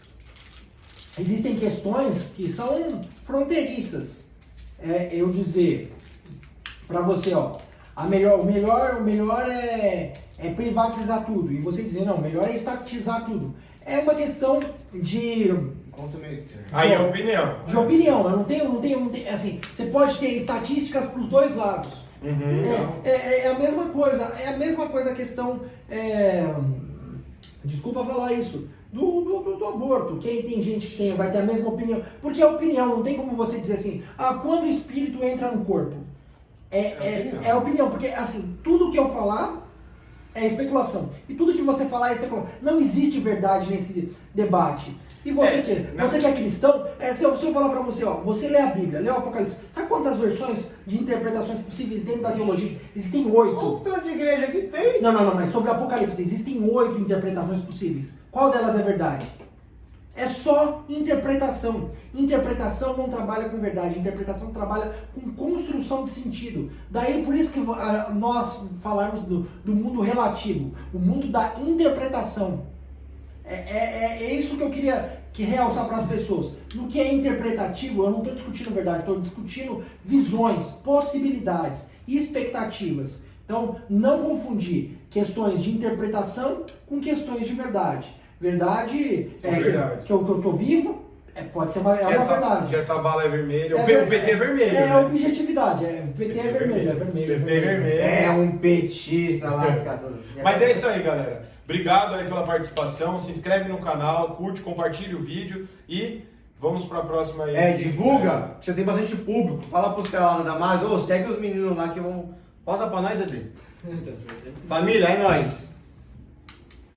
existem questões que são fronteiriças. É, eu dizer para você, ó, a melhor, o melhor, o melhor é, é privatizar tudo. E você dizer, não, o melhor é estatizar tudo. É uma questão de Conta meio. Aí é opinião. de opinião. Eu não tenho, não tenho, não tenho, assim, você pode ter estatísticas para os dois lados. Uhum. É, é, é a mesma coisa, é a mesma coisa a questão, é, desculpa falar isso, do, do, do, do aborto. Quem tem gente que tem, vai ter a mesma opinião, porque a opinião, não tem como você dizer assim, ah, quando o espírito entra no corpo. É, é, opinião. é a opinião, porque assim, tudo que eu falar é especulação. E tudo que você falar é especulação. Não existe verdade nesse debate. E você É, que não. você que é cristão, é, se, eu, se eu falar pra você, ó, você lê a Bíblia, lê o Apocalipse, sabe quantas versões de interpretações possíveis dentro da teologia? Existem oito. Olha o tanto de igreja que tem. Não, não, não, mas sobre o Apocalipse existem oito interpretações possíveis. Qual delas é verdade? É só interpretação. Interpretação não trabalha com verdade, interpretação trabalha com construção de sentido. Daí por isso que ah, nós falarmos do, do mundo relativo, o mundo da interpretação. É, é, é isso que eu queria que realçar para as pessoas. No que é interpretativo, eu não estou discutindo verdade, estou discutindo visões, possibilidades, expectativas. Então, não confundir questões de interpretação com questões de verdade. Verdade São é que- verdades. que, eu, que eu estou vivo, é, pode ser uma, é Que uma essa, verdade. que essa bala é vermelha. É o, P- ver- o P T é vermelho, É, né? objetividade. É, o P T é vermelho, é vermelho. P T é vermelho. É um petista lascado. Mas é isso aí, galera. Obrigado aí pela participação. Se inscreve no canal, curte, compartilha o vídeo e vamos para a próxima aí. É, divulga, que você tem bastante público. Fala pros caras lá da Damasio, ô, segue os meninos lá que vão. Posta pra nós, Adri. Família, é nóis.